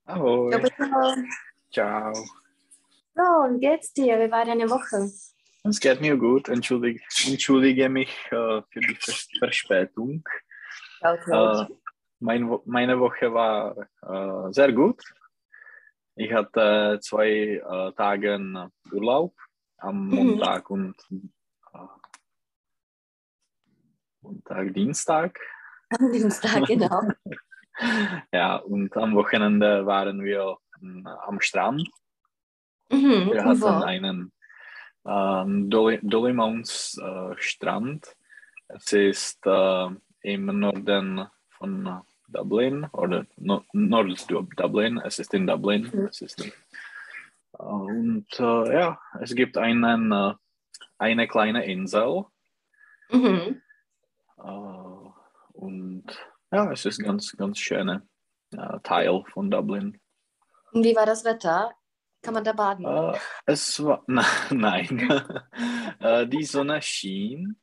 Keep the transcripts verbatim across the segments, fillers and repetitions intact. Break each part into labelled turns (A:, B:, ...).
A: Ahoi,
B: Ja, bitte.
A: ciao.
B: So, wie geht's dir? Wie war deine Woche?
A: Es geht mir gut. Entschuldige, entschuldige mich äh, für die Vers Verspätung. Äh,
B: Okay.
A: mein, Wo- meine Woche war äh, sehr gut. Ich hatte zwei äh, Tage Urlaub am
B: Mhm.
A: Montag und äh, Montag, Dienstag.
B: Am Dienstag, genau.
A: Ja, und am Wochenende waren wir äh, am Strand.
B: Mhm.
A: Wir
B: Und
A: hatten
B: wo?
A: einen ähm, Dolly, Dolly Mounds äh, Strand. Es ist äh, im Norden von Dublin oder no Nord-Dublin. Es ist in Dublin.
B: Mhm.
A: Es ist, äh, und äh, ja, es gibt einen, äh, eine kleine Insel.
B: Mhm.
A: Äh, und ja, es ist ganz, ganz schöner äh, Teil von Dublin.
B: Und wie war das Wetter? Kann man da baden?
A: Äh, es war, na, nein, äh, die Sonne schien.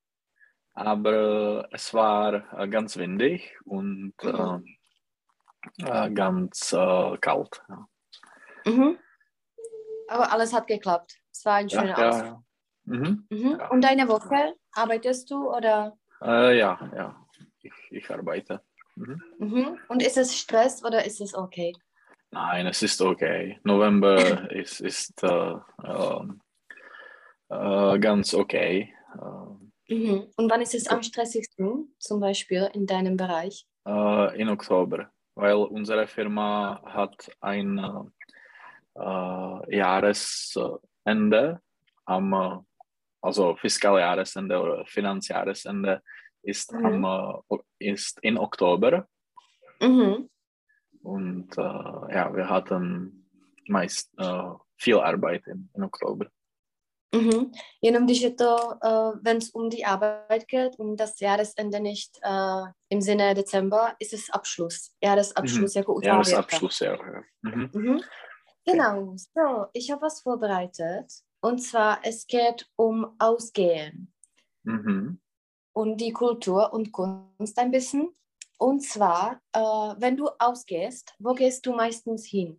A: Aber es war äh, ganz windig und
B: Mhm.
A: äh, äh, ganz äh, kalt. Ja,
B: Mhm. Aber alles hat geklappt. Es war ein
A: ja,
B: schöner
A: ja.
B: Ausflug.
A: Ja. Mhm.
B: Mhm.
A: Ja.
B: Und deine Woche? Arbeitest du oder?
A: Äh, ja, ja. Ich, ich arbeite. Mhm.
B: Mhm. Und ist es Stress oder ist es okay?
A: Nein, es ist okay. November ist, ist äh, ähm, äh, ganz okay. Äh,
B: Mhm. Und wann ist es am stressigsten, zum Beispiel in deinem Bereich?
A: äh, in Oktober, weil unsere Firma hat ein äh, äh, Jahresende am äh, also Fiskaljahresende oder Finanzjahresende ist, am,
B: Mhm.
A: äh, ist in Oktober
B: Mhm.
A: und äh, ja, wir hatten meist äh, viel Arbeit in, in Oktober.
B: Mhm. Jenom když je to, uh, wenn es um die Arbeit geht, um das Jahresende nicht uh, im Sinne Dezember, ist es Abschluss.
A: Mhm.
B: Jahresabschluss jako uzávěrka.
A: Jahresabschluss, ja. Ja. Mhm.
B: Mhm.
A: Okay.
B: Genau, so, ich habe was vorbereitet. Und zwar, es geht um Ausgehen
A: Mhm.
B: und die Kultur und Kunst ein bisschen. Und zwar, uh, wenn du ausgehst, wo gehst du meistens hin?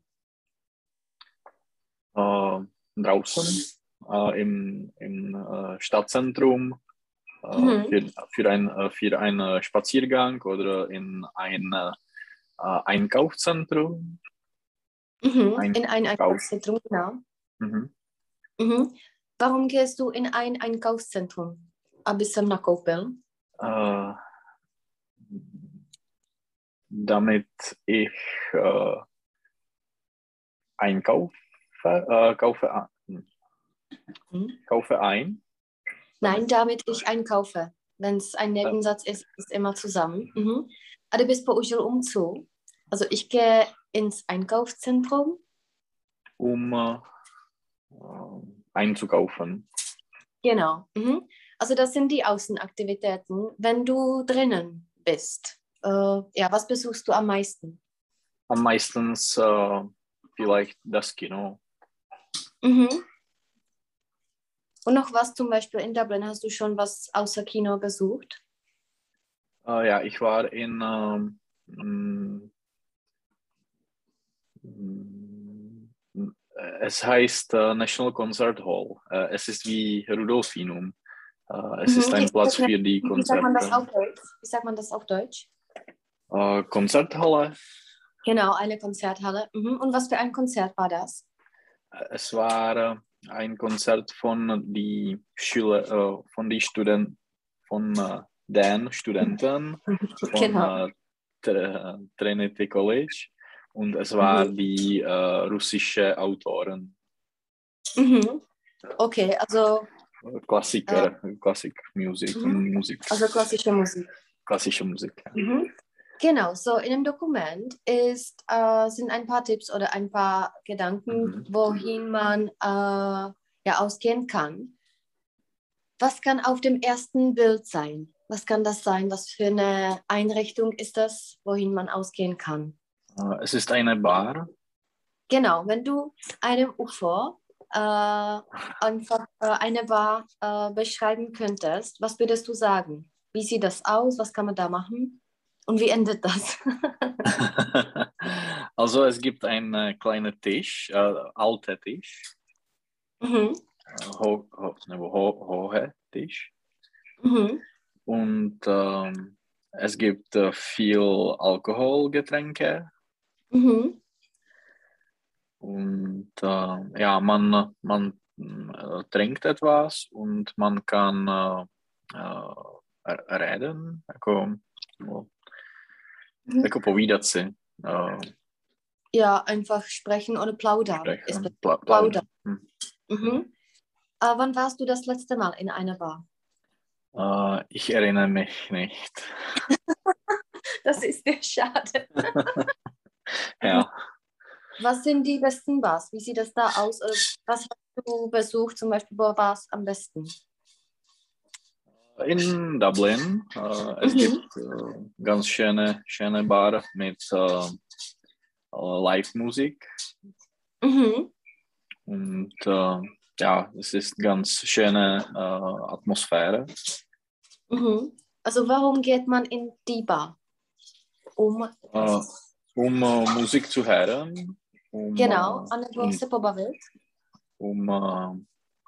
A: Äh, draußen äh, im, im äh, Stadtzentrum äh,
B: Mhm.
A: für, für, ein, äh, für einen Spaziergang oder in ein äh, Einkaufszentrum.
B: Mhm. In ein
A: Einkauf.
B: Einkaufszentrum, genau.
A: Mhm.
B: Mhm. Warum gehst du in ein Einkaufszentrum? Aby jsem nakoupil.
A: Äh, damit ich äh, einkaufe, äh, kaufe, ein-
B: Hm?
A: kaufe ein.
B: Nein,
A: Damit,
B: damit ich einkaufe. Wenn es ein
A: äh,
B: Nebensatz ist, ist es immer zusammen. Mhm. A kdybys použil umzu, also ich gehe ins Einkaufszentrum.
A: um äh, einzukaufen.
B: Genau. Mhm. Also das sind die Außenaktivitäten. Wenn du drinnen bist, äh, ja, was besuchst du am meisten?
A: Am meisten äh, vielleicht das Kino.
B: Mhm. Und noch was zum Beispiel in Dublin? Hast du schon was außer Kino besucht?
A: Äh, ja, ich war in ähm, mm, mm, es heißt äh, National Concert Hall. Äh, es ist wie Rudolfinum. Äh, es ist
B: Mhm.
A: ein
B: Ist
A: Platz
B: das eine,
A: für die
B: wie sagt man das
A: Konzerte.
B: auf Deutsch? Wie sagt man das auf Deutsch?
A: Äh, Konzerthalle.
B: Genau, eine Konzerthalle. Mhm. Und was für ein Konzert war das?
A: Es war äh, ein Konzert von die Schüler, äh, von die Studenten, von äh, den Studenten von
B: Genau.
A: äh, Tr Trinity College und es war
B: Mhm.
A: die äh, russische Autoren,
B: Mhm. Okay, also, äh,
A: Klassiker, Klassikmusik
B: mhm.
A: und Musik,
B: Also klassische Musik.
A: klassische Musik. Ja.
B: Mhm. Genau, so in dem Dokument ist, äh, sind ein paar Tipps oder ein paar Gedanken,
A: Mhm.
B: wohin man äh, ja ausgehen kann. Was kann auf dem ersten Bild sein? Was kann das sein? Was für eine Einrichtung ist das, wohin man ausgehen kann?
A: Äh, es ist eine Bar.
B: Genau, wenn du einem U F O äh, einfach äh, eine Bar äh, beschreiben könntest, was würdest du sagen? Wie sieht das aus? Was kann man da machen? Und wie endet das?
A: Also es gibt einen äh, kleinen Tisch, äh, alter Tisch,
B: Mhm.
A: äh, ho, ho, ne, ho, hoher Tisch.
B: Mhm.
A: Und ähm, es gibt äh, viel Alkoholgetränke.
B: Mhm.
A: Und äh, ja, man, man äh, trinkt etwas und man kann äh, äh, reden, jako, no,
B: Mhm.
A: jako povídat si, äh,
B: Ja, einfach sprechen oder plaudern. Ist das
A: sprechen, pla
B: plaudern?
A: plaudern. Hm.
B: Mhm. Äh, wann warst du das letzte Mal in einer Bar?
A: Äh, ich erinnere mich nicht.
B: Das ist sehr schade.
A: Ja.
B: Was sind die besten Bars? Wie sieht das da aus? Oder was hast du besucht, zum Beispiel, wo war es am besten?
A: In Dublin, äh, es
B: Mhm.
A: gibt äh, ganz schöne, schöne Bar mit äh, Live-Musik
B: Mhm.
A: und äh, ja, es ist ganz schöne äh, Atmosphäre.
B: Mhm. Also warum geht man in die Bar? Um
A: Äh, um äh, Musik zu hören, um,
B: genau,
A: äh,
B: anebo
A: um,
B: se pobavit.
A: um äh,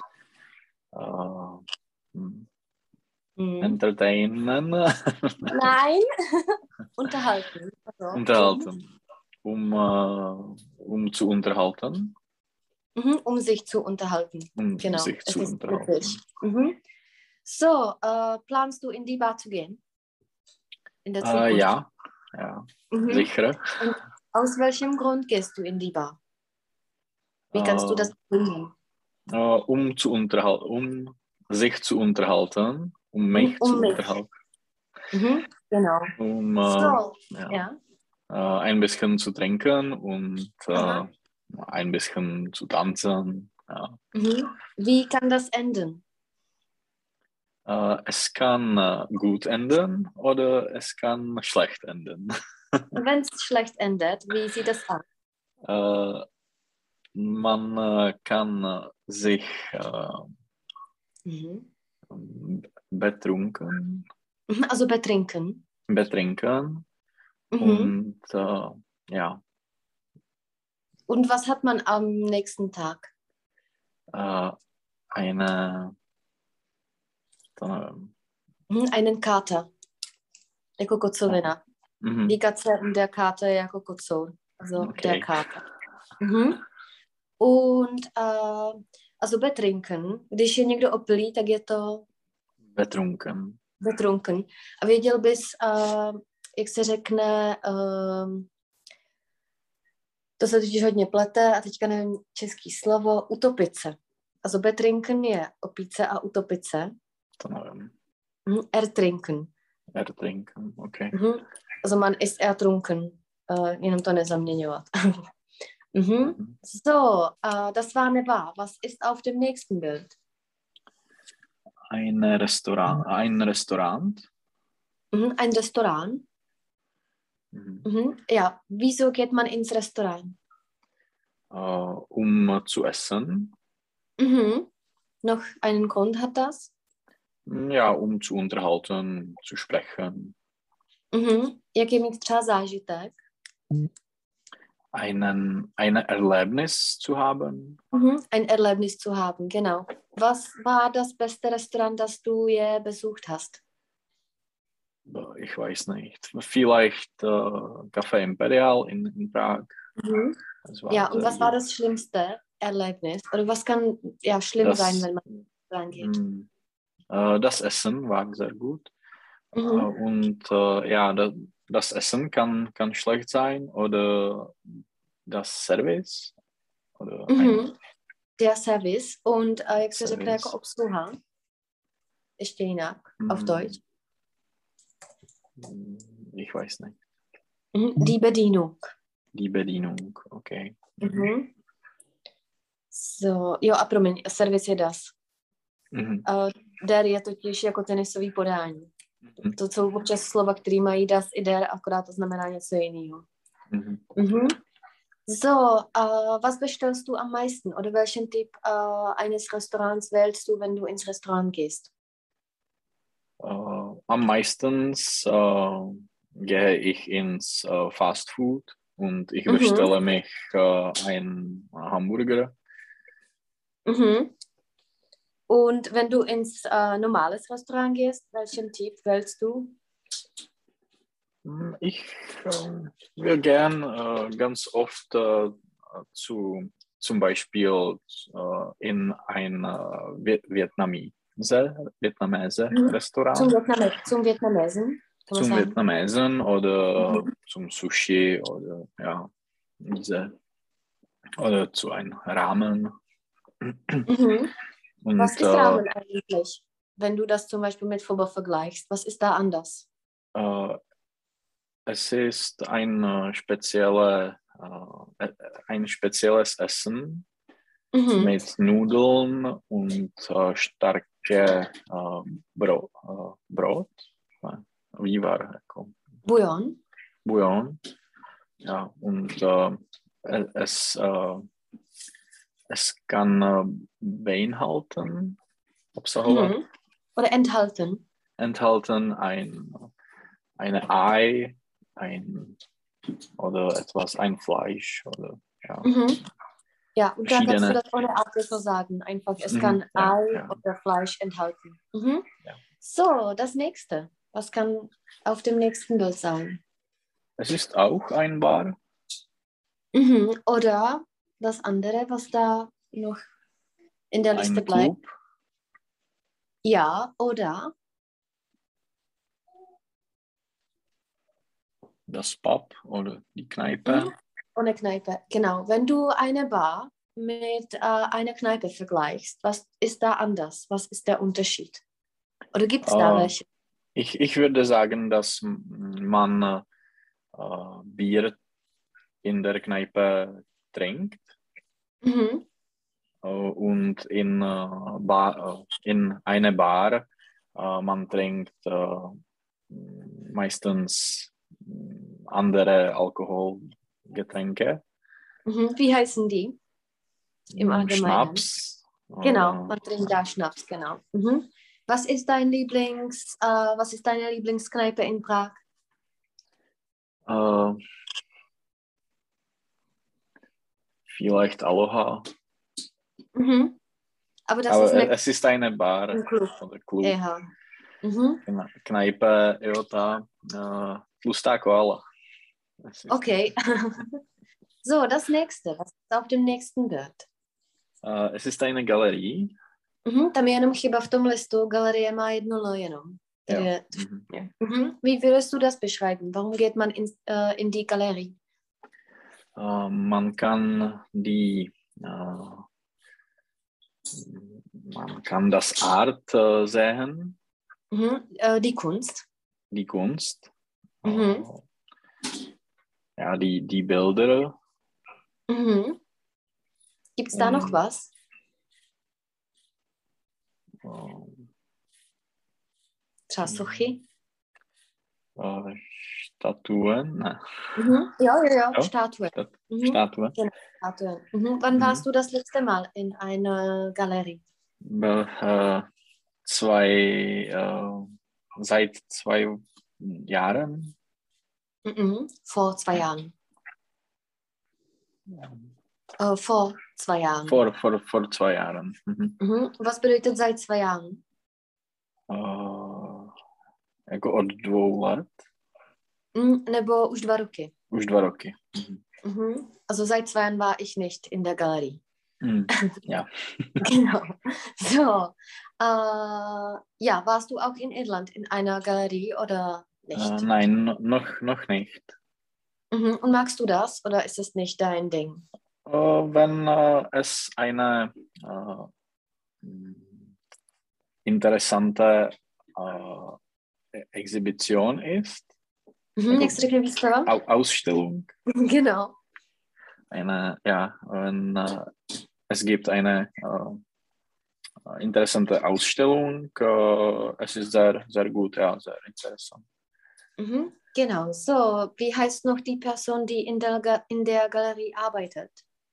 A: äh, hm,
B: Mhm.
A: entertainen,
B: Nein, unterhalten. Also, um,
A: unterhalten, um, äh, um zu unterhalten,
B: mhm, um sich zu unterhalten.
A: um
B: Genau,
A: sich
B: es
A: zu
B: ist möglich.
A: unterhalten.
B: Mhm. So, äh, planst du in die Bar zu gehen? In der
A: Äh,
B: Zukunft?
A: ja, ja,
B: Mhm.
A: sicher.
B: Und aus welchem Grund gehst du in die Bar? Wie kannst du
A: Äh,
B: das begründen?
A: äh, um zu unterhalten, um sich zu unterhalten, um
B: Mhm,
A: mich zu
B: um mich.
A: unterhalten,
B: Mhm, genau.
A: um äh,
B: So,
A: ja,
B: ja.
A: äh, ein bisschen zu trinken und äh,
B: Aha.
A: ein bisschen zu tanzen. Ja.
B: Mhm. Wie kann das enden?
A: Äh, es kann äh, gut enden oder es kann schlecht enden.
B: Wenn es schlecht endet, wie sieht das aus?
A: Äh, man äh, kann äh, sich äh,
B: Mhm.
A: betrunken,
B: Mhm, also betrinken.
A: betrinken
B: Mhm.
A: und äh, ja,
B: Und was hat man am nächsten Tag?
A: äh, eine äh,
B: Mhm, einen Kater. Jako kocovina.
A: mhm,
B: Týkat se der Kater jako kocour. Also der
A: okay,
B: Kater. Mhm. Und äh, also betrinken, když je někdo opilý, tak je to
A: betrunken.
B: betrunken. A věděl bys, uh, jak se řekne, uh, to se totiž hodně plete a teďka nevím český slovo, utopit se. Also betrinken je opít se a utopit se.
A: To nevím.
B: Mhm. Ertrinken.
A: Ertrinken, okay.
B: Mhm. Also man ist ertrunken. Uh, jenom to nezaměňovat. mhm.
A: Mhm.
B: So, uh, das war eine Bar. Was ist auf dem nächsten Bild?
A: Ein Restaurant, ein Restaurant.
B: Mhm. Ein Restaurant.
A: Mhm.
B: Mhm. Ja, wieso geht man ins Restaurant?
A: Uh, um zu essen.
B: Mhm. Noch einen Grund hat das?
A: Ja, um zu unterhalten, zu sprechen.
B: Mhm. Jak je mít třeba zážitek?
A: Einen, ein Erlebnis zu haben.
B: Mhm. Ein Erlebnis zu haben, genau. Was war das beste Restaurant, das du je besucht hast?
A: Ich weiß nicht. Vielleicht äh, Café Imperial in, in Prag.
B: Mhm.
A: Das war
B: Ja, und
A: sehr
B: was war
A: gut.
B: das schlimmste Erlebnis? Oder was kann ja schlimm
A: Das,
B: sein, wenn man reingeht?
A: mh, äh, das Essen war sehr gut. Äh,
B: Mhm.
A: und äh, ja, das, das Essen kann, kann schlecht sein oder das Service. Oder ein
B: Mhm. Der Service. Und uh, jak se řekne jako
A: Service.
B: obsluha? Ještě jinak, auf
A: Hm,
B: Deutsch.
A: Ich weiß nicht.
B: Mhm. Die Bedienung.
A: Die Bedienung, okay.
B: Mhm. So, jo a promiň, service je das.
A: Mhm.
B: Uh, der je totiž jako tenisový podání.
A: Mhm.
B: To jsou občas slova, které mají das i der, akorát to znamená něco jiného.
A: Mhm.
B: Mhm. So, uh, was bestellst du am meisten oder welchen Typ uh, eines Restaurants wählst du, wenn du ins Restaurant gehst?
A: Uh, am meisten uh, gehe ich ins äh, Fast Food und ich
B: Mhm.
A: bestelle mich äh, einen Hamburger.
B: Mhm. Und wenn du ins äh, normales Restaurant gehst, welchen Tipp wählst du?
A: Hm, Ich äh, will gern äh, ganz oft äh, zu, zum Beispiel äh, in ein äh, Vi- Vietnamese, Vietnamese
B: Mhm. Zum,
A: Restaurant,
B: Vietname zum Vietnamesen, kann man
A: zum
B: sagen.
A: Vietnamesen oder
B: Mhm.
A: zum Sushi oder ja, diese, oder zu einem Ramen.
B: Mhm. Was
A: Und
B: ist
A: äh,
B: Ramen eigentlich, wenn du das zum Beispiel mit Pho vergleichst? Was ist da anders?
A: äh, es ist ein, äh, spezielle, äh, äh, ein spezielles Essen
B: Mhm.
A: mit Nudeln und äh, starke äh, Bro äh, Brot. Wie war es?
B: Bouillon.
A: Bouillon. Ja, und äh, es, äh, es kann äh, beinhalten, obsahovat,
B: Mhm. Oder enthalten.
A: enthalten ein, eine Ei, ein oder etwas, ein Fleisch oder ja,
B: Mhm. Ja, und da kannst du
A: verschiedene.
B: das ohne Abwürfe sagen. Einfach, es
A: Mhm,
B: kann
A: ja,
B: Ei
A: ja,
B: oder Fleisch enthalten. Mhm.
A: ja.
B: So, das nächste. Was kann auf dem nächsten Bild sein?
A: Es ist auch ein Bar,
B: Mhm. Oder das andere, was da noch in der Liste
A: ein
B: bleibt.
A: Club,
B: Ja, oder?
A: das Pub oder die
B: Mhm.
A: Kneipe.
B: Ohne Kneipe. Genau. Wenn du eine Bar mit äh, einer Kneipe vergleichst, was ist da anders? Was ist der Unterschied? Oder gibt es da
A: Äh,
B: welche?
A: ich, ich würde sagen, dass man äh, Bier in der Kneipe trinkt
B: Mhm.
A: äh, und in, äh, Bar, äh, in eine Bar äh, man trinkt äh, meistens andere Alkoholgetränke,
B: Mhm. Wie heißen die im Allgemeinen?
A: Schnaps
B: Genau,
A: oder
B: man trinkt da Schnaps, genau. Mhm. Was ist dein Lieblings, äh, was ist deine Lieblingskneipe in Prag?
A: äh, vielleicht Aloha.
B: Mhm. Aber das ist
A: Aber
B: nicht
A: es ist eine Bar
B: ein Club.
A: oder Club.
B: Eher. Mhm.
A: Kneipe, Jota, äh, Tlustá Koala. Es ist,
B: Okay. So, das nächste. Was ist auf dem nächsten Bild?
A: äh, es ist eine Galerie.
B: Mhm. Tam je jenom chyba v tom listu. Galerie má jedno L jenom.
A: Ja.
B: Tedy,
A: Mhm.
B: mhm. Wie würdest du das beschreiben? Warum geht man in, äh, in die Galerie?
A: Äh, man kann die, äh, man kann das Art äh, sehen,
B: Mhm. Äh, die Kunst.
A: die Kunst,
B: Mhm.
A: äh, ja, die, die Bilder
B: Mhm. Gibt es da noch
A: und
B: was?
A: äh,
B: Časochy?
A: äh, Statuen. Ne.
B: Mhm. Ja, ja, ja,
A: Ja,
B: Statue.
A: Stat
B: Mhm.
A: Statue.
B: Genau, Statue. Mhm. Wann
A: Mhm.
B: warst du das letzte Mal in einer Galerie?
A: Äh, zwei, äh, seit zwei Jahren.
B: Mhm. Vor zwei
A: Ja.
B: Jahren. Äh, vor zwei Jahren.
A: Vor, vor, vor zwei Jahren. Mhm.
B: Mhm. Was bedeutet seit zwei Jahren?
A: Uh, jako od dvou let?
B: Mhm. Nebo už dva roky?
A: Už dva roky. Mhm.
B: Mhm. Also seit zwei Jahren war ich nicht in der Galerie.
A: Mhm. Ja.
B: Genau. So. Äh, ja, warst du auch in Irland in einer Galerie oder nicht?
A: Uh, nein, no- noch, noch nicht.
B: Mhm. Und magst du das oder ist es nicht dein Ding?
A: Uh, wenn uh, es eine uh, interessante uh, Exhibition ist,
B: Mhm.
A: jako
B: Jak se řekne výstava?
A: Au Ausstellung,
B: Genau.
A: eine, ja, wenn uh, es gibt eine uh, interessante Ausstellung, uh, es ist sehr, sehr gut, ja, sehr interessant.
B: Mhm. Genau. So, wie heißt noch die Person, die in der, Ga in der Galerie arbeitet?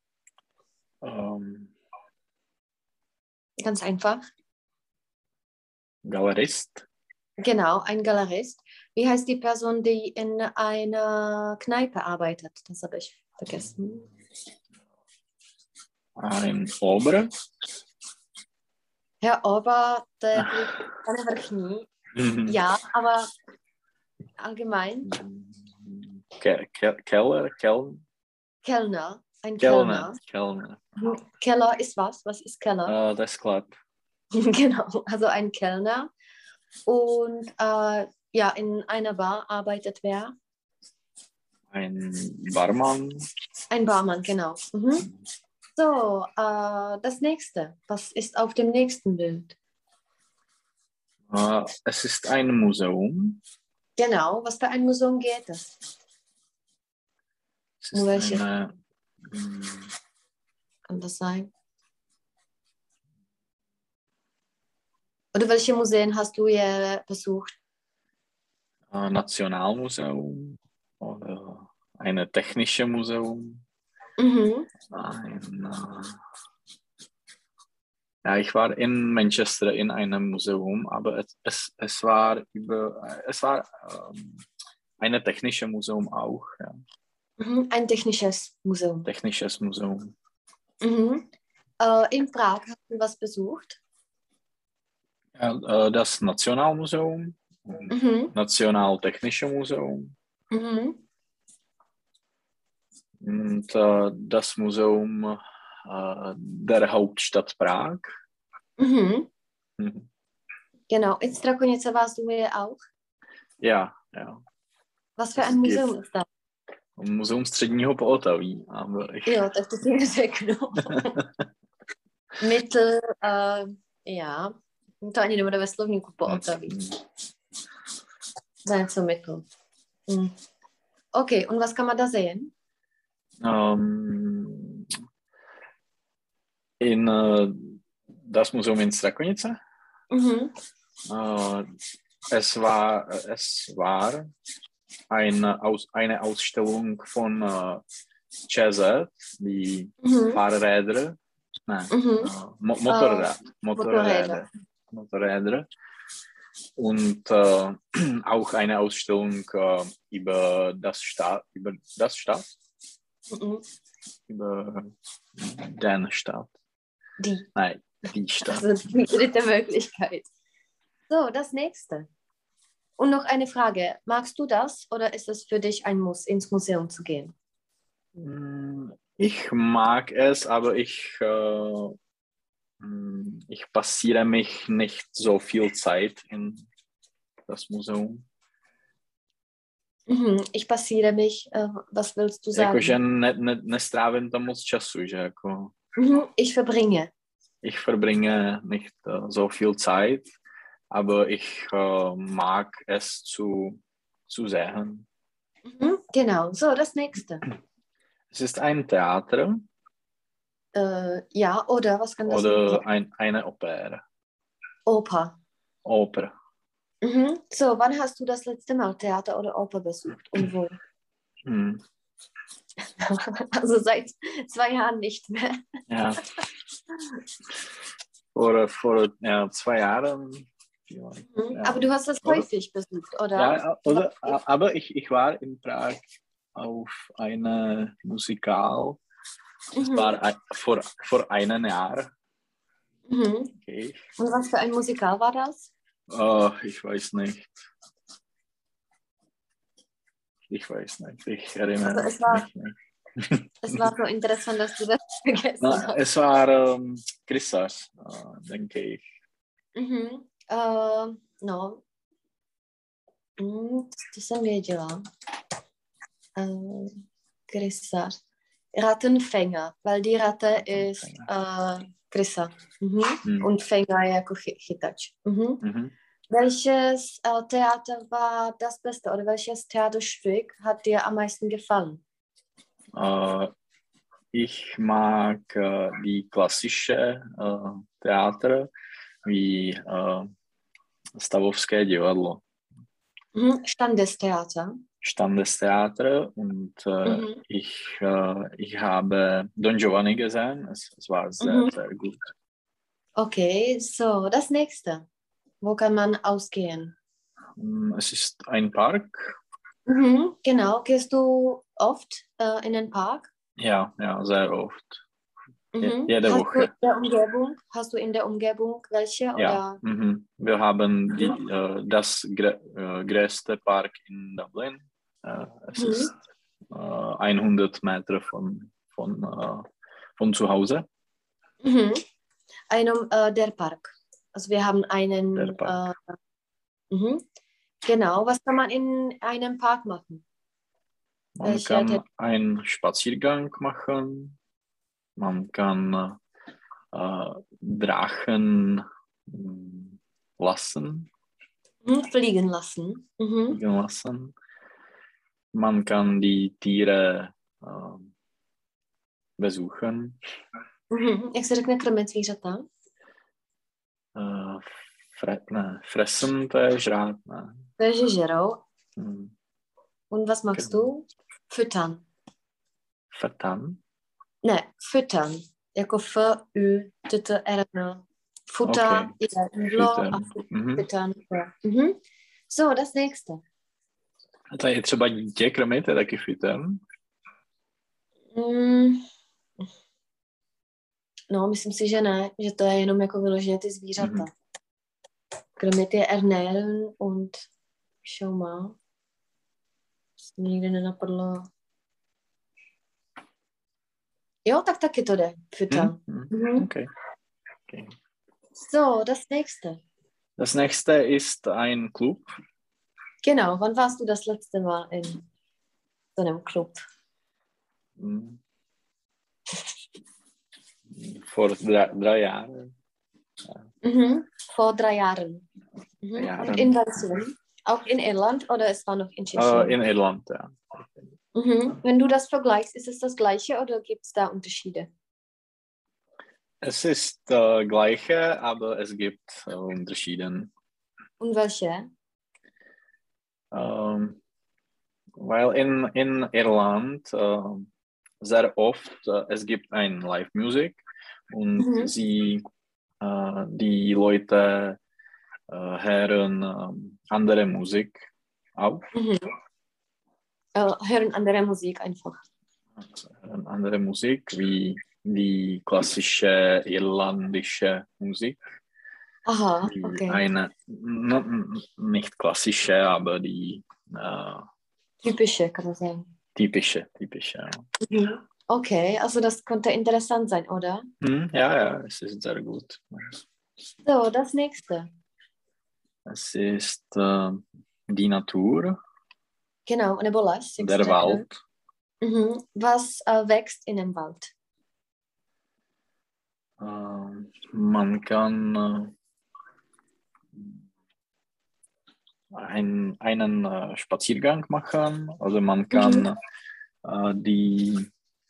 A: Um,
B: Ganz einfach.
A: Galerist.
B: Genau, ein Galerist. Wie heißt die Person, die in einer Kneipe arbeitet? Das habe ich vergessen.
A: Ein Ober.
B: Herr Ober, der blieb eine Vrchní.
A: Mhm.
B: Ja, aber allgemein.
A: Ke Ke Keller, Kel
B: Kellner, ein
A: Kellner,
B: Kellner.
A: Kellner.
B: Keller ist was? Was ist Keller?
A: Uh, das ist klar.
B: Genau, also ein Kellner. Und äh, ja, in einer Bar arbeitet wer?
A: Ein Barmann.
B: Ein Barmann, genau. Mhm. So, äh, das nächste. Was ist auf dem nächsten Bild?
A: Uh, es ist ein Museum.
B: Genau, was für ein Museum geht es?
A: Es
B: Um
A: ist
B: welches
A: eine, mm,
B: kann das sein? Oder welche Museen hast du hier besucht?
A: uh, Nationalmuseum oder ein technisches Museum.
B: Mhm.
A: Ein, uh, ja, ich war in Manchester in einem Museum, aber es, es, es war über, es war ähm, ein technisches Museum auch. Ja.
B: Mhm. Ein technisches Museum.
A: Technisches Museum.
B: Mhm. Äh, in Prag hast du was besucht?
A: Ja, äh, das Nationalmuseum,
B: Mhm.
A: Nationaltechnische Museum
B: Mhm.
A: und äh, das Museum äh, der Hauptstadt Prag.
B: Mhm.
A: Mhm.
B: Genau, in Strakonice warst du hier auch.
A: Ja, ja.
B: Was für
A: Es
B: ein
A: gibt
B: Museum ist das?
A: Muzeum středního Poltaví, aber ich...
B: Jo, tak to si řeknu. Mittel, äh, ja, to ani nebude ve slovníku po Otaví. Něco Mittel. Hm. Okay, und was kann man da sehen?
A: Um, in uh, das Museum in Strakonice.
B: Mhm.
A: Uh, es war, es war eine, Aus, eine Ausstellung von uh, Cezet, die
B: Mhm.
A: Fahrräder, nein,
B: Mhm.
A: uh, Mo Motorrad,
B: Äh,
A: Motorräder, Motorräder. Und äh, auch eine Ausstellung äh, über das Stadt, über das Stadt,
B: Mhm.
A: über den Stadt.
B: Die.
A: Nein, die Stadt.
B: Also die dritte Möglichkeit. So, das nächste. Und noch eine Frage. Magst du das oder ist es für dich ein Muss, ins Museum zu gehen?
A: Ich mag es, aber ich, äh, ich passiere mich nicht so viel Zeit in das Museum.
B: Mhm, ich passiere mich. Äh, was willst du sagen?
A: Jakože ne, ne, nestrávím tam moc času, že jako
B: Mhm, ich verbringe.
A: ich verbringe nicht äh, so viel Zeit, aber ich äh, mag es zu, zu sehen.
B: Mhm, genau, so das nächste.
A: Es ist ein Theater
B: Äh, ja, oder was kann das
A: oder
B: sein?
A: ein, eine Oper.
B: Oper.
A: Oper.
B: Mhm. So, wann hast du das letzte Mal Theater oder Oper besucht und wo?
A: Hm.
B: Also seit zwei Jahren nicht mehr.
A: Ja. Vor, vor ja, zwei Jahren. Ja.
B: Mhm. Aber du hast das
A: oder?
B: häufig besucht, oder?
A: Ja, oder, aber ich, ich war in Prag auf eine Musikal. Das
B: Mhm.
A: war ein, vor, vor einem Jahr.
B: Mhm.
A: Okay.
B: Und was für ein Musikal war das?
A: Oh, ich weiß nicht. Ich weiß nicht. Ich erinnere
B: Also es war,
A: mich nicht.
B: es war so interessant, dass du das vergessen
A: Na,
B: hast.
A: es war ähm, Chrisas, äh, denke ich.
B: Mhm. Uh, no. Mm, to jsem věděla. Uh, Krysa. Rattenfänger, weil die Ratte ist uh, Krysa. Mhm.
A: Mhm.
B: Und Fänger jako chy chytač. Mhm.
A: Mhm.
B: Welches uh, Theater war das Beste oder welches Theaterstück hat dir am meisten gefallen?
A: Äh, ich mag äh, die klassische äh, Theater wie äh, Stavovské divadlo.
B: Mhm. Standestheater.
A: Standestheater und äh,
B: Mhm.
A: ich, äh, ich habe Don Giovanni gesehen. Es, es war sehr,
B: Mhm.
A: sehr gut.
B: Okay, so das nächste. Wo kann man ausgehen?
A: Mm, Es ist ein Park.
B: Mhm, genau. Gehst du oft äh, in den Park?
A: Ja, ja, sehr oft. Je-
B: Mhm.
A: Jede
B: Hast du in
A: Woche.
B: der Umgebung, hast du in der Umgebung welche
A: Ja,
B: oder?
A: mhm. Wir haben die, äh, das grä äh, größte Park in Dublin. Äh, es
B: Mhm.
A: ist äh, hundert Meter von, von, äh, von zu Hause,
B: Mhm. Einem, äh, der Park. Also wir haben
A: der
B: einen, äh,
A: Park.
B: mhm. Genau. Was kann man in einem Park machen?
A: Man
B: Welche
A: kann
B: Tät-
A: einen Spaziergang machen, man kann äh, Drachen mm, lassen,
B: Mhm, fliegen lassen? Mhm.
A: fliegen lassen. Man kann die Tiere äh, besuchen.
B: Mhm. Jak se řekne krmit zvířata?
A: Äh, fre ne, fressen, to je žrát, ne.
B: Welche žerou?
A: Hm.
B: Und was machst
A: Genau.
B: du? Füttern.
A: Vertan.
B: Ne, füttern. Jako F-Ü-T-T-R-N. Futter,
A: Okay.
B: jídlo jídlo a
A: Füttern. Mhm.
B: füttern. Ja. Mhm. So, das nächste.
A: A to je třeba dítě krmit, je taky füttern.
B: Mm, no, myslím si, že ne, že to je jenom jako vyloženě ty zvířata.
A: Mhm.
B: Krmit je ernähren und schau mal. To mě nikdy nenapadlo. Jo, tak taky to jde. Füttern.
A: Hm? Hm.
B: Mhm.
A: Okay. Okay.
B: So, das nächste.
A: Das nächste ist ein Club.
B: Genau, wann warst du das letzte Mal in so einem Club?
A: Hm. Vor drei, drei Jahren.
B: Mhm. Vor drei Jahren. Mhm.
A: Jahren.
B: Und in welchem? Auch in Irland oder es war noch in Tschechien?
A: Äh, in Irland, ja.
B: Mhm. Wenn du das vergleichst, ist es das gleiche oder gibt es da Unterschiede?
A: Es ist das Gleiche, aber es gibt äh, Unterschiede.
B: Und welche?
A: Ähm, weil in, in Irland äh, sehr oft äh, es gibt ein Live-Musik und
B: Mhm.
A: sie, äh, die Leute äh, hören äh, andere Musik auf.
B: Mhm. Äh, hören andere Musik einfach.
A: Hören andere Musik wie die klassische irlandische Musik.
B: Aha,
A: Die
B: okay.
A: eine, n- nicht klassische, aber die äh,
B: Typische, kann man sagen.
A: typische, typische. Ja.
B: Mhm. Okay, also das könnte interessant sein, oder?
A: Hm, ja, ja, es ist sehr gut.
B: So, das nächste.
A: Es ist äh, die Natur,
B: Genau, nebo les, jak se
A: der
B: řekne.
A: Wald.
B: Mhm. Was äh, wächst in dem Wald?
A: Äh, man kann äh, ein, einen äh, Spaziergang machen, also man kann
B: Mhm.
A: äh, die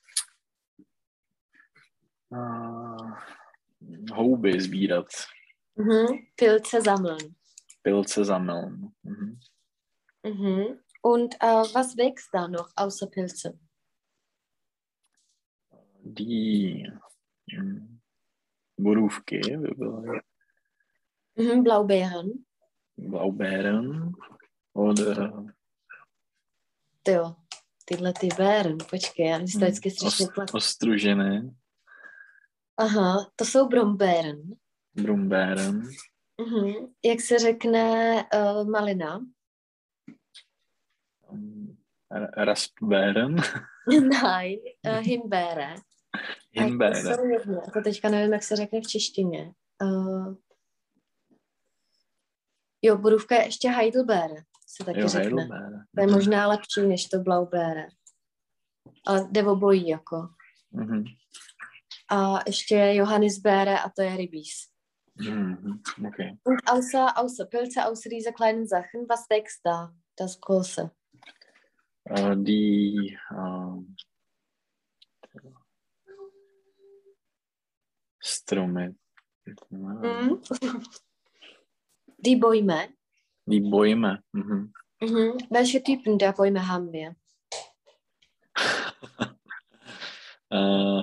A: äh, Houby sbírat,
B: Mhm. Pilze sammeln.
A: Pilze sammeln. Mhm.
B: Mhm. Und äh, was wächst da noch außer Pilze?
A: Die hm, borůvky by byly
B: Mhm. Blaubeeren.
A: Blaubeeren oder
B: Jo, tyhle ty béren, počkej, já si to
A: hm,
B: vždycky strašně
A: os,
B: pletu.
A: ostružiny,
B: Aha, to jsou brombéren.
A: brumbéren,
B: Mhm. Jak se řekne uh, malina?
A: hm, raspbéren,
B: Ne, uh, himbére. A to
A: himbeere.
B: jsou jedno, to teďka nevím, jak se řekne v češtině. Uh, jo, borůvka je ještě heidelbeere, se taky
A: Jo,
B: řekne.
A: heidelbeere.
B: To je
A: Mhm.
B: možná lepší než to blaubeere. Ale jde obojí, jako.
A: Mhm.
B: A ještě Johannisbeere a to je rybíz.
A: Mhm. Okay.
B: Und außer, außer Pilze, außer diese kleinen Sachen, was wächst da? Das Große.
A: Äh, die äh, Stromy.
B: Mhm. Die Bäume.
A: Die Bäume. Mhm.
B: Mhm. Welche Typen der Bäume haben wir?
A: äh,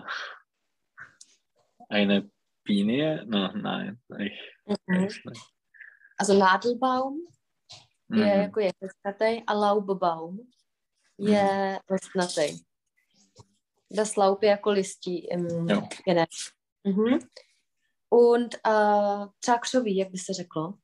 A: eine Pinie? No, nein, ich
B: Mhm.
A: weiß nicht.
B: Also Nadelbaum, je
A: Mhm.
B: jako jehlistnatý a Laubbaum je listnatý. Das Laub je jako listí. Um,
A: Jo.
B: genau. Mhm. Und uh, třeba křoví, jak by se řeklo?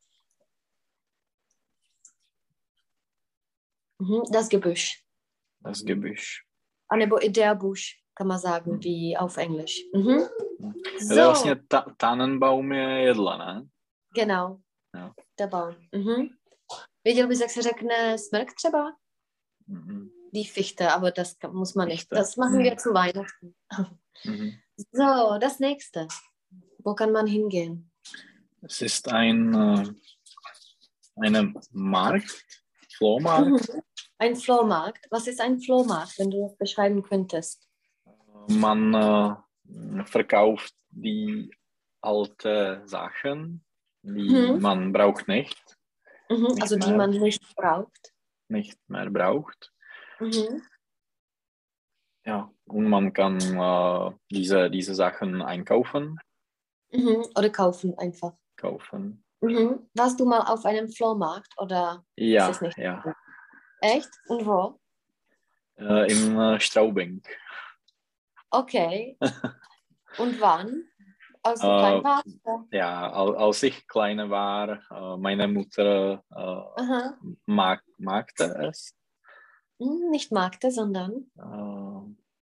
B: Mhm. Das Gebüsch.
A: Das Gebüsch.
B: A nebo i der Busch, kann man sagen,
A: Mhm.
B: wie auf Englisch. Mhm.
A: To je vlastně ta, Tannenbaum je jedla, ne?
B: Genau.
A: Jo.
B: Der Baum. Mhm. Věděl bys, jak se řekne smrk třeba?
A: Mhm.
B: Die Fichte, aber das kann, muss man nicht.
A: Fichte.
B: Das machen
A: Mhm.
B: wir zu Weihnachten.
A: Mhm.
B: So, das nächste. Wo kann man hingehen?
A: Es ist ein äh, eine Markt, Flohmarkt.
B: Mhm. Ein Flohmarkt. Was ist ein Flohmarkt, wenn du das beschreiben könntest?
A: Man äh, verkauft die alte Sachen, die
B: Mhm.
A: man braucht nicht,
B: Mhm.
A: Nicht
B: Also die
A: mehr.
B: man nicht braucht.
A: nicht mehr braucht.
B: Mhm.
A: Ja, und man kann äh, diese, diese Sachen einkaufen,
B: Mhm. Oder kaufen einfach.
A: kaufen.
B: Mhm. Warst du mal auf einem Flohmarkt oder
A: Ja,
B: ist es nicht?
A: ja.
B: Echt? Und wo?
A: Äh, in äh, Straubing.
B: Okay. Und wann? Als du
A: Äh,
B: klein warst? oder?
A: Ja, al- als ich kleiner war, äh, meine Mutter äh,
B: Aha.
A: mag, magte es.
B: Hm, nicht Magde, sondern
A: Äh,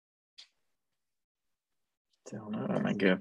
A: tja, nevím,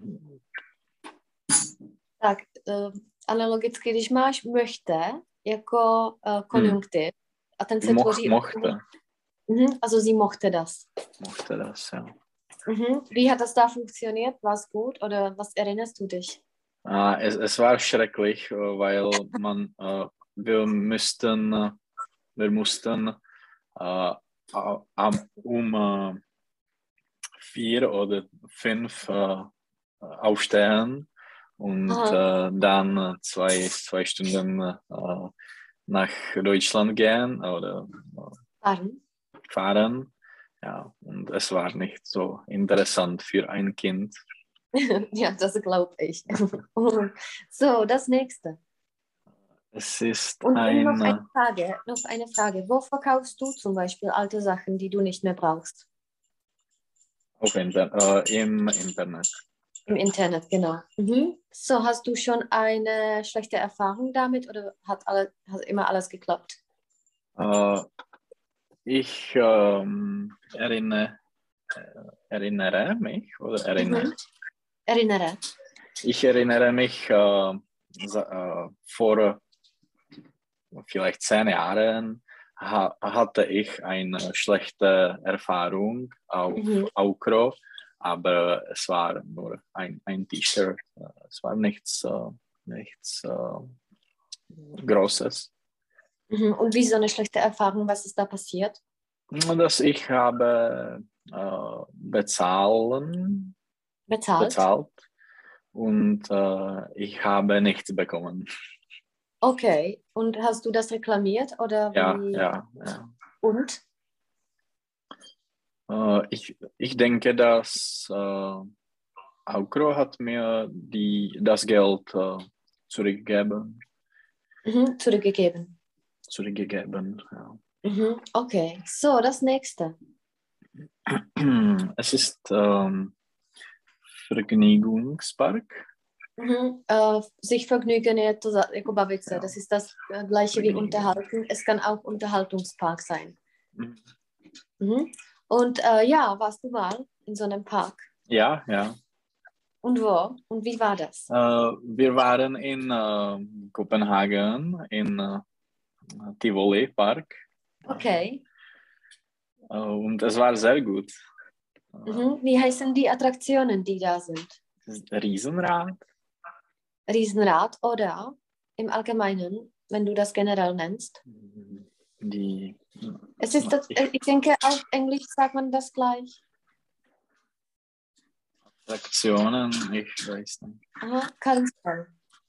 B: tak, uh, analogicky, když máš möchte jako uh, konjunktiv a ten se
A: Moch,
B: tvoří...
A: mochte,
B: Mhm, also sie mochte das.
A: mochte das, ja.
B: Mhm. Wie hat das da funktioniert? War es gut oder was erinnerst du dich?
A: Äh, es, es war schrecklich, äh, weil man, äh, wir müssten, äh, wir mussten äh, äh, am- um äh, vier oder fünf äh, aufstehen und
B: Aha.
A: äh, dann äh, zwei, zwei Stunden äh, nach Deutschland gehen oder äh,
B: Fahren.
A: fahren. Ja, und es war nicht so interessant für ein Kind.
B: Ja, das glaube ich. So, das nächste.
A: Es ist
B: Und
A: ein
B: noch
A: äh,
B: eine Frage, noch eine Frage. Wo verkaufst du zum Beispiel alte Sachen, die du nicht mehr brauchst?
A: auf Inter äh, im Internet.
B: Im Internet, genau. Mhm. So, hast du schon eine schlechte Erfahrung damit oder hat, alle, hat immer alles geklappt?
A: Äh, ich ähm, erinnere, äh, erinnere mich oder erinnere.
B: Mhm. Erinnere.
A: Ich erinnere mich äh, sa- äh, vor vielleicht zehn Jahren ha hatte ich eine schlechte Erfahrung auf
B: Mhm.
A: Aukro, aber es war nur ein, ein T-Shirt. Es war nichts, äh, nichts äh, Großes.
B: Mhm. Und wie so eine schlechte Erfahrung, was ist da passiert?
A: Dass ich habe äh, bezahlen,
B: Bezahlt?
A: bezahlt und äh, ich habe nichts bekommen.
B: Okay. Und hast du das reklamiert oder
A: Ja,
B: wie?
A: ja, ja.
B: Und?
A: Äh, ich, ich denke, dass äh, Aukro hat mir die, das Geld äh, zurückgegeben.
B: Mhm. Zurückgegeben.
A: zurückgegeben ja.
B: Mhm. Okay. So, das nächste.
A: Es ist ähm, Vergnügungspark.
B: Mhm. Äh, sich vergnügen je to za, jako bavit se.
A: Ja.
B: Das ist das äh, gleiche wie
A: Vergnügen.
B: unterhalten. Es kann auch Unterhaltungspark sein.
A: Mhm.
B: Mhm. Und äh, ja, warst du mal in so einem Park?
A: Ja, ja.
B: Und wo? Und wie war das?
A: Äh, wir waren in äh, Kopenhagen, in äh, Tivoli Park.
B: Okay.
A: Äh, und es war sehr gut.
B: Mhm. Wie heißen die Attraktionen, die da sind?
A: Äh, Riesenrad.
B: Riesenrad oder im Allgemeinen, wenn du das generell nennst?
A: Die,
B: Es ist das, ich denke, auf Englisch sagt man das gleich.
A: Attraktionen, ich weiß nicht.
B: Aha, Karussell.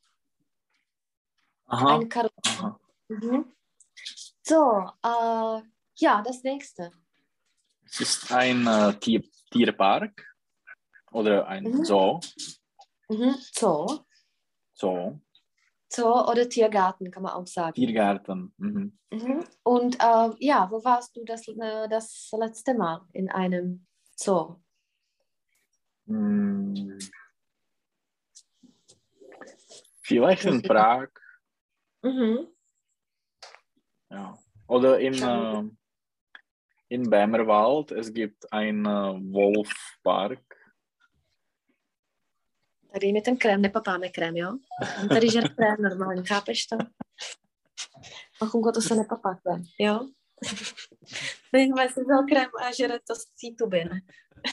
A: Aha.
B: Ein Karussell.
A: Aha.
B: Mhm. So, äh, ja, das nächste.
A: Es ist ein äh, Tier, Tierpark oder ein
B: Mhm.
A: Zoo.
B: Mhm. Zoo.
A: Zoo.
B: Zoo oder Tiergarten, kann man auch sagen.
A: Tiergarten. Mhm.
B: Mhm. Und äh, ja, wo warst du das, äh, das letzte Mal in einem Zoo?
A: Hm, vielleicht in Prag.
B: Mhm.
A: Ja. Oder in, äh, in Bämerwald. Es gibt einen äh, Wolfpark.
B: Tady mi ten krém, nepapáme krém, jo? On tady žere krém normálně, chápeš to? A Chunko, to se nepapá krém, jo? Nejme si vzal krém a žere to z té tuby, ne?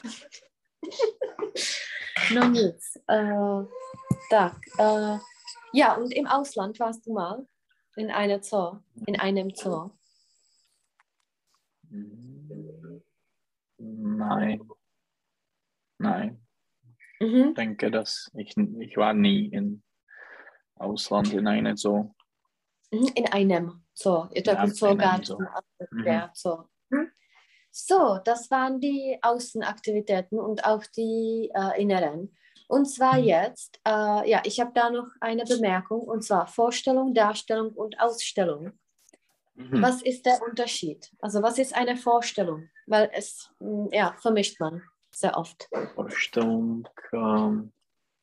B: No nic. Uh, tak. Uh, ja, und im Ausland warst du mal in einer Zoo, in einem Zoo?
A: Nein. Nein.
B: Mhm.
A: Ich denke, dass ich, ich war nie im Ausland in einem Zoo.
B: In einem Zoo. Je to
A: Ja,
B: jako Zoogarten,
A: Zoo.
B: also
A: Mhm.
B: der Zoo. So, das waren die Außenaktivitäten und auch die äh, inneren. Und zwar jetzt, äh, ja, ich habe da noch eine Bemerkung, und zwar Vorstellung, Darstellung und Ausstellung.
A: Mhm.
B: Was ist der Unterschied? Also was ist eine Vorstellung? Weil es, mh, ja, vermischt man sehr oft.
A: Vorstellung. Ähm,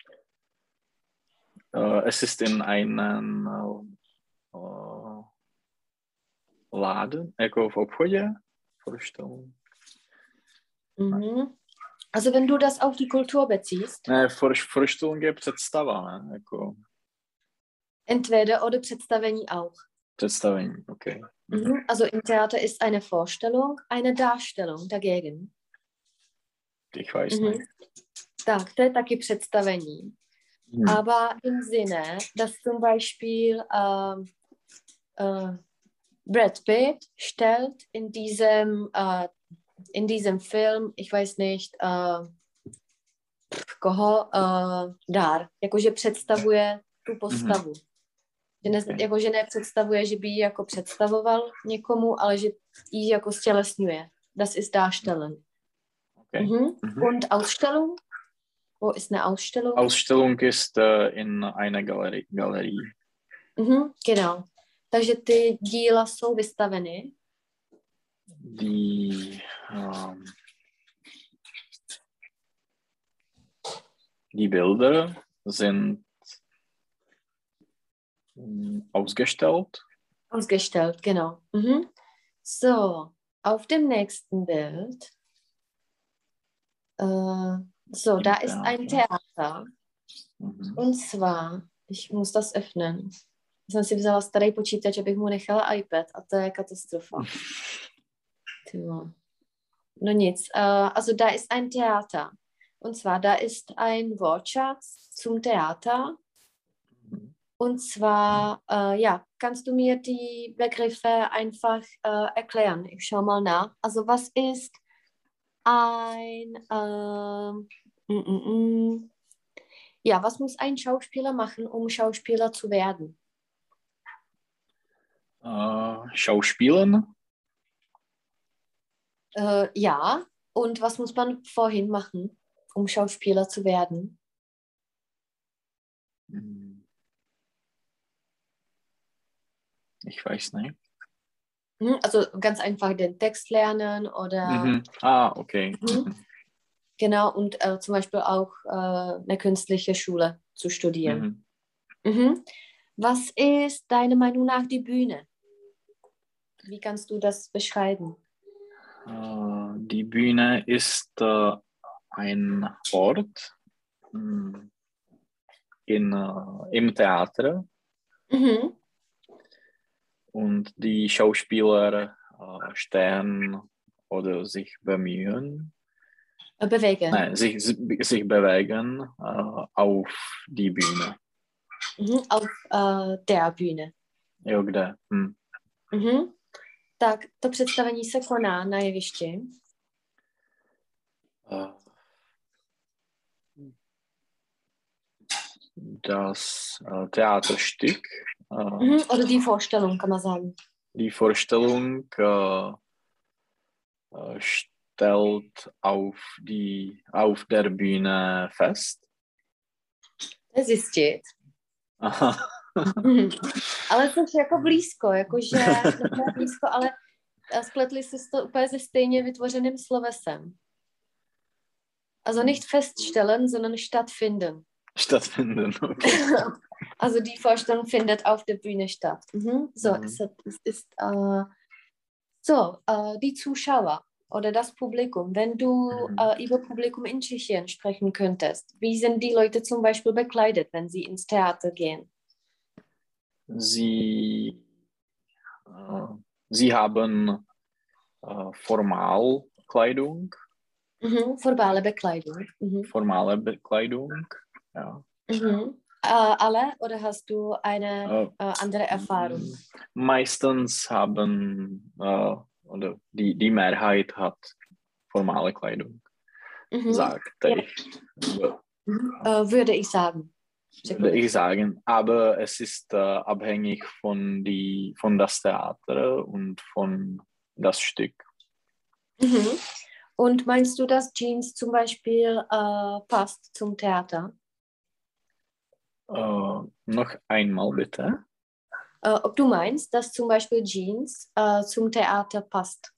A: äh, es ist in einem äh, Laden, jako v obchodě. Vorstellung.
B: Mhm. Also wenn du das auf die Kultur beziehst,
A: Ne, for, Vorstellung je představa, ne? Jako
B: entweder oder představení auch.
A: představení, okay. Mhm.
B: Mhm. Also im Theater ist eine Vorstellung eine Darstellung dagegen.
A: Ich weiß
B: Mhm.
A: nicht.
B: Tak, to je taky představení.
A: Mhm.
B: Aber im Sinne, dass zum Beispiel äh, äh, Brad Pitt stellt in diesem, äh, in diesem Film, ich weiß nicht, äh, koho äh, dar, jakože představuje tu postavu. Mm-hmm. Že, ne,
A: Okay.
B: jakože nepředstavuje, že by ji jako představoval někomu, ale že ji jako stělesňuje. Das ist Darstellen.
A: Okay.
B: Mhm.
A: Mhm.
B: Und Ausstellung? Wo ist eine Ausstellung?
A: Ausstellung ist äh, in einer Galerie. Galerie.
B: Mhm, genau. Takže ty díla jsou vystaveny.
A: Die, ähm, die Bilder sind ähm, ausgestellt.
B: Ausgestellt, genau. Mhm. So, auf dem nächsten Bild. Äh, so,
A: Im
B: da
A: Theater.
B: ist ein Theater.
A: Mhm.
B: Und zwar, ich muss das öffnen. Jsem si vzala starý počítač, abych mu nechala iPad a to je katastrofa. No nic, uh, also da ist ein Theater. Und zwar, da ist ein Wortschatz zum Theater.
A: Mhm.
B: Und zwar, uh, ja, kannst du mir die Begriffe einfach uh, erklären? Ich schau mal nach. Also was ist ein, uh, mm, mm, mm. ja, was muss ein Schauspieler machen, um Schauspieler zu werden?
A: Äh, Schauspielen.
B: Äh, ja, und was muss man vorhin machen, um Schauspieler zu werden?
A: Ich weiß nicht.
B: Also ganz einfach den Text lernen oder...
A: Mhm. Ah, okay.
B: Mhm.
A: Mhm.
B: Genau, und äh, zum Beispiel auch äh, eine künstliche Schule zu studieren.
A: Mhm.
B: Mhm. Was ist deiner Meinung nach die Bühne? Wie kannst du das beschreiben?
A: Äh, die Bühne ist äh, ein Ort mh, in, äh, im Theater.
B: Mhm.
A: Und die Schauspieler äh, stehen oder sich bemühen,
B: Bewegen.
A: nein, sich, sich bewegen äh, auf die Bühne.
B: Mhm. Auf äh, der Bühne.
A: Jo, kde? Hm.
B: Mhm. Tak, to představení se koná na jevišti.
A: Äh, das äh, Theaterstück. Äh,
B: Mhm. Oder die Vorstellung, kann man sagen.
A: Die Vorstellung äh, äh, stellt auf, die, auf der Bühne fest.
B: Zjistit.
A: Aha.
B: Ale jsi jako blízko, jakože ne blízko, ale spletli jsi to úplně se stejně vytvořeným slovesem. Also nicht feststellen, sondern stattfinden.
A: Stattfinden, okay.
B: Also die Vorstellung findet auf der Bühne statt. Mhm. So,
A: Mhm.
B: es, es ist äh, so, äh, die Zuschauer oder das Publikum, wenn du
A: Mhm.
B: äh, über Publikum in Tschechien sprechen könntest, wie sind die Leute zum Beispiel bekleidet, wenn sie ins Theater gehen?
A: Sie, äh, sie haben äh, Formalkleidung,
B: Mhm. Formale Bekleidung. Mhm.
A: formale Bekleidung, ja.
B: Mhm. Äh, alle oder hast du eine
A: Äh,
B: äh, andere Erfahrung?
A: Meistens haben, äh, oder die, die Mehrheit hat formale Kleidung,
B: Mhm.
A: sagte
B: Ja.
A: ich.
B: Mhm. Äh, würde ich sagen.
A: Würde ich sagen, aber es ist äh, abhängig von, die, von das Theater und von das Stück.
B: Mhm. Und meinst du, dass Jeans zum Beispiel äh, passt zum Theater?
A: Äh, noch einmal bitte.
B: Äh, ob du meinst, dass zum Beispiel Jeans äh, zum Theater passt?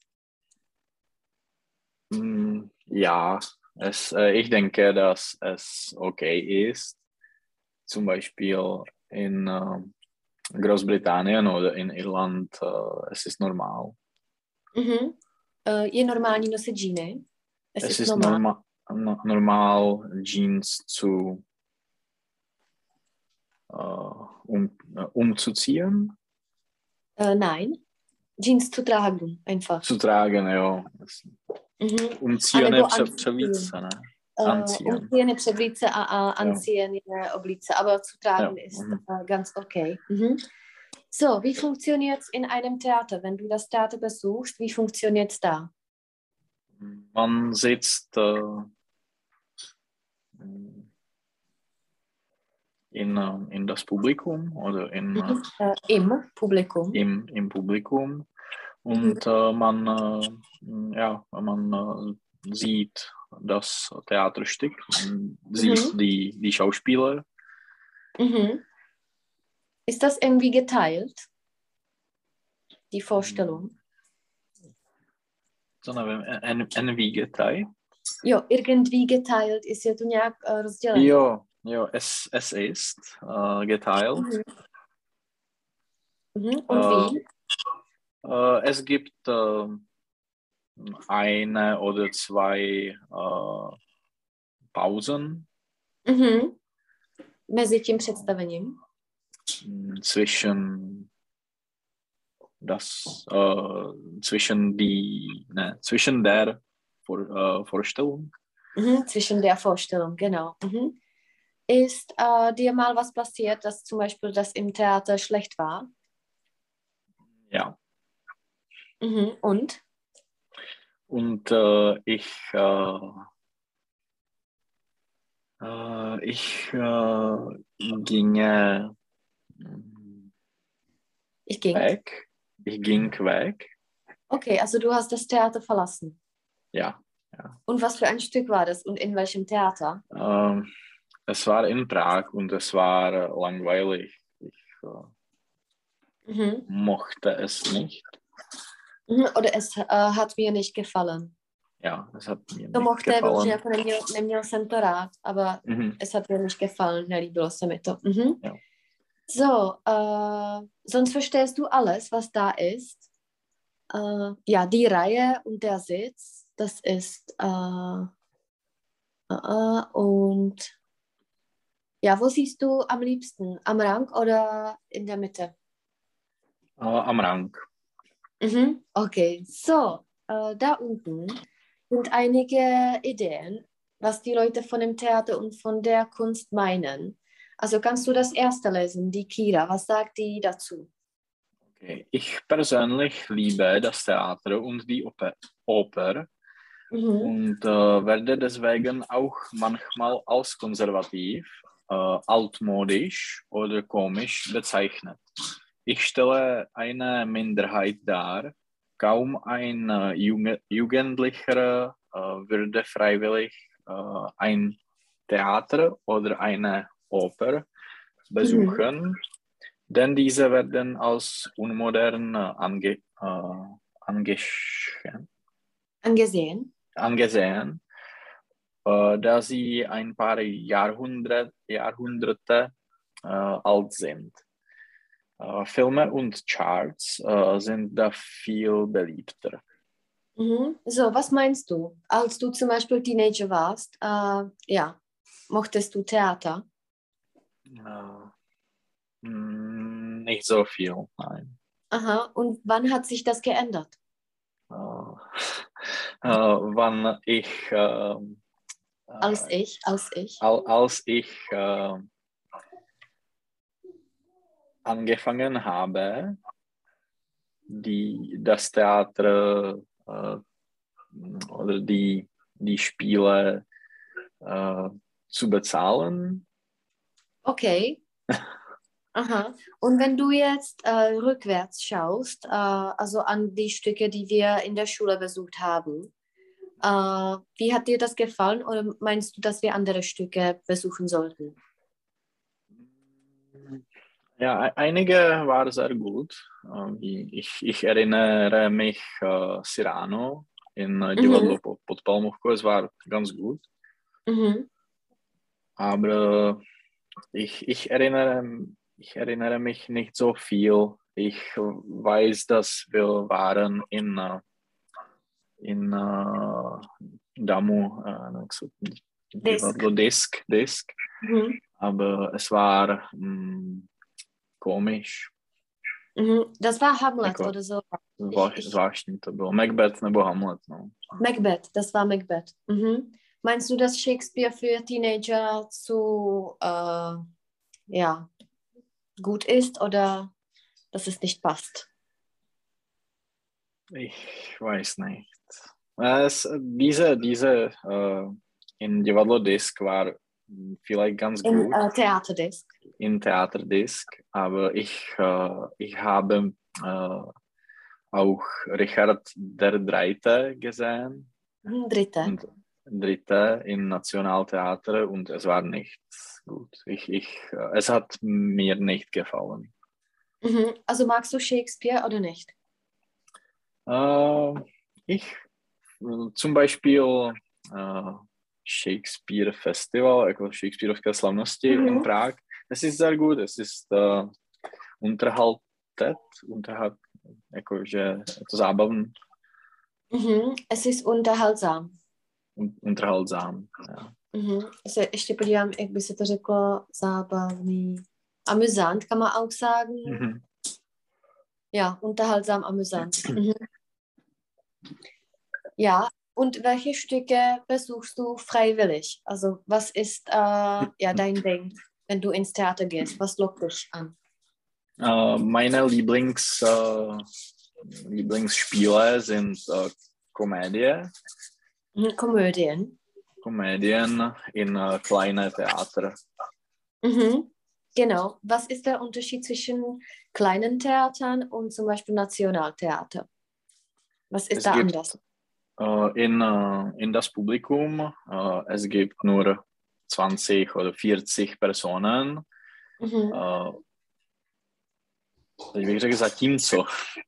A: Mm, ja, es, äh, ich denke, dass es okay ist. Zum Beispiel in äh, Großbritannien oder in Irland, äh, es ist normal.
B: Mhm. Äh, je normální nosit džíny? Es,
A: Es
B: ist
A: ist
B: normal.
A: norma no, normal, Jeans zu äh, um, äh, umzuziehen,
B: Äh, nein, Jeans zu tragen, einfach.
A: zu tragen, jo.
B: Mhm.
A: Umziehen
B: Anebo
A: je pře-
B: anziehen.
A: převíce, ne?
B: Äh,
A: Anziehen.
B: umziehen je převlíce a, a anziehen je oblíce, aber zu tragen
A: Ja.
B: ist
A: Mhm.
B: äh, ganz okay. Mhm. So, wie funktioniert es in einem Theater? Wenn du das Theater besuchst, wie funktioniert es da?
A: Man sitzt äh, in, äh, in das Publikum oder in, äh,
B: Mhm. Äh, Im Publikum.
A: im, im Publikum
B: Mhm.
A: und äh, man, äh, ja, man äh, sieht das Theaterstück, man sieht
B: Mhm.
A: die, die Schauspieler.
B: Mhm. Ist das irgendwie geteilt, die Vorstellung?
A: To nevím, en, enví getej?
B: Jo, irgendwie geteilt, ist je to nějak uh, rozdělené.
A: Jo, jo, es, es ist äh, geteilt.
B: Mhm. Mhm. Und
A: Äh,
B: wie?
A: äh, es gibt äh, eine oder zwei äh, Pausen
B: Mhm. Mezi tím představením.
A: zwischen das äh, zwischen die ne, zwischen der Vor, äh, Vorstellung.
B: Mhm. Zwischen der Vorstellung, genau. Mhm. Ist äh, dir mal was passiert, dass zum Beispiel das im Theater schlecht war?
A: Ja.
B: Mhm. Und?
A: Und äh, ich äh, äh, ich äh, ginge
B: Ich ging.
A: weg. Ich ging weg.
B: Okay, also du hast das Theater verlassen.
A: Ja. ja.
B: Und was für ein Stück war das und in welchem Theater?
A: Ähm, es war in Prag und es war äh, langweilig. Ich äh,
B: Mhm.
A: mochte es nicht.
B: Mhm. Oder es äh, hat mir nicht gefallen.
A: Ja, es hat mir
B: To
A: nicht
B: mochte, protože
A: gefallen.
B: jako neměl, neměl jsem to rád, aber
A: Mhm.
B: es hat mir nicht gefallen, nelíbilo se mi to. Mhm.
A: Ja.
B: So, äh, sonst verstehst du alles, was da ist. Äh, ja, die Reihe und der Sitz, das ist äh, äh, und ja, wo siehst du am liebsten? Am Rang oder in der Mitte?
A: Äh, am Rang.
B: Mhm. Okay, so, äh, da unten sind einige Ideen, was die Leute von dem Theater und von der Kunst meinen. Also kannst du das erste lesen, die Kira, was sagt die dazu?
A: Okay. Ich persönlich liebe das Theater und die Oper, Oper
B: Mhm.
A: und äh, werde deswegen auch manchmal als konservativ, äh, altmodisch oder komisch bezeichnet. Ich stelle eine Minderheit dar. Kaum ein äh, Junge, Jugendlicher äh, würde freiwillig äh, ein Theater oder eine Oper besuchen. Mhm. denn diese werden als unmodern äh, ange, äh, angesch-
B: Angesehen.
A: angesehen, äh, da sie ein paar Jahrhundert, Jahrhunderte äh, alt sind. Äh, Filme und Charts äh, sind da viel beliebter.
B: Mhm. So, was meinst du? Als du zum Beispiel Teenager warst, äh, ja, mochtest du Theater?
A: Äh, mh, nicht so viel, nein.
B: Aha, und wann hat sich das geändert?
A: Äh, äh, wann ich, äh,
B: Als
A: äh,
B: ich, als ich.
A: al- als ich äh, angefangen habe, die, das Theater äh, oder die, die Spiele äh, zu bezahlen.
B: Okay. Aha. Und wenn du jetzt äh, rückwärts schaust, äh, also an die Stücke, die wir in der Schule besucht haben, äh, wie hat dir das gefallen oder meinst du, dass wir andere Stücke besuchen sollten?
A: Ja, e- einige waren sehr gut. Ähm, Ich, ich erinnere mich äh, Cyrano in äh,
B: Mhm.
A: Divadlo pod pod Palmovkou, es war ganz gut.
B: Mhm.
A: Aber ich, ich, erinnere, ich erinnere mich nicht so viel. Ich weiß, dass wir waren in, äh, in äh, Damu, äh,
B: Disk.
A: Divadlo Disk, Disk.
B: Mhm.
A: Aber es war mh, komisch.
B: Mhm. Das war Hamlet
A: Jako,
B: oder so. Ich,
A: zvlášť,
B: ich,
A: zvláštní to bylo. Macbeth nebo Hamlet, no.
B: Macbeth, das war Macbeth. Mhm. Meinst du, dass Shakespeare für Teenager zu äh, ja, gut ist oder dass es nicht passt?
A: Ich weiß nicht. Es, diese, diese äh, in Divadlo Disk war vielleicht ganz
B: Im
A: gut,
B: äh, Theaterdisk.
A: in Theaterdisk, aber ich, äh, ich habe äh, auch Richard der Dritte gesehen
B: Mhm, Dritte.
A: und Dritte im Nationaltheater und es war nicht gut. Ich, ich, äh, es hat mir nicht gefallen.
B: Mhm. Also magst du Shakespeare oder nicht?
A: Äh, ich zum Beispiel äh, Shakespeare Festival, jako Shakespeareovské slavnosti
B: Mhm.
A: in Prag. Es ist sehr gut, es ist äh, unterhaltet, unterhalt, jako, že je to zábavný,
B: Mhm. Es ist unterhaltsam.
A: un- unterhaltsam. Ja.
B: Mhm. Se ještě podívám, jak by se to řeklo, zábavný. Amüsant kann man auch sagen.
A: Mhm.
B: Ja, unterhaltsam, amüsant. Mhm. Ja, und welche Stücke besuchst du freiwillig? Also was ist äh, ja dein Ding, wenn du ins Theater gehst? Was lockt dich an?
A: Äh, meine Lieblings, äh, Lieblingsspiele sind äh, Komödie,
B: Mhm. Komödien.
A: Komödien in äh, kleine Theater.
B: Mhm. Genau. Was ist der Unterschied zwischen kleinen Theatern und zum Beispiel Nationaltheater? Was ist
A: Es
B: da
A: gibt
B: anders?
A: äh, in, äh, in das Publikum, äh, es gibt nur zwanzig oder vierzig Personen.
B: Mhm.
A: Äh, teď bych řekl zatímco,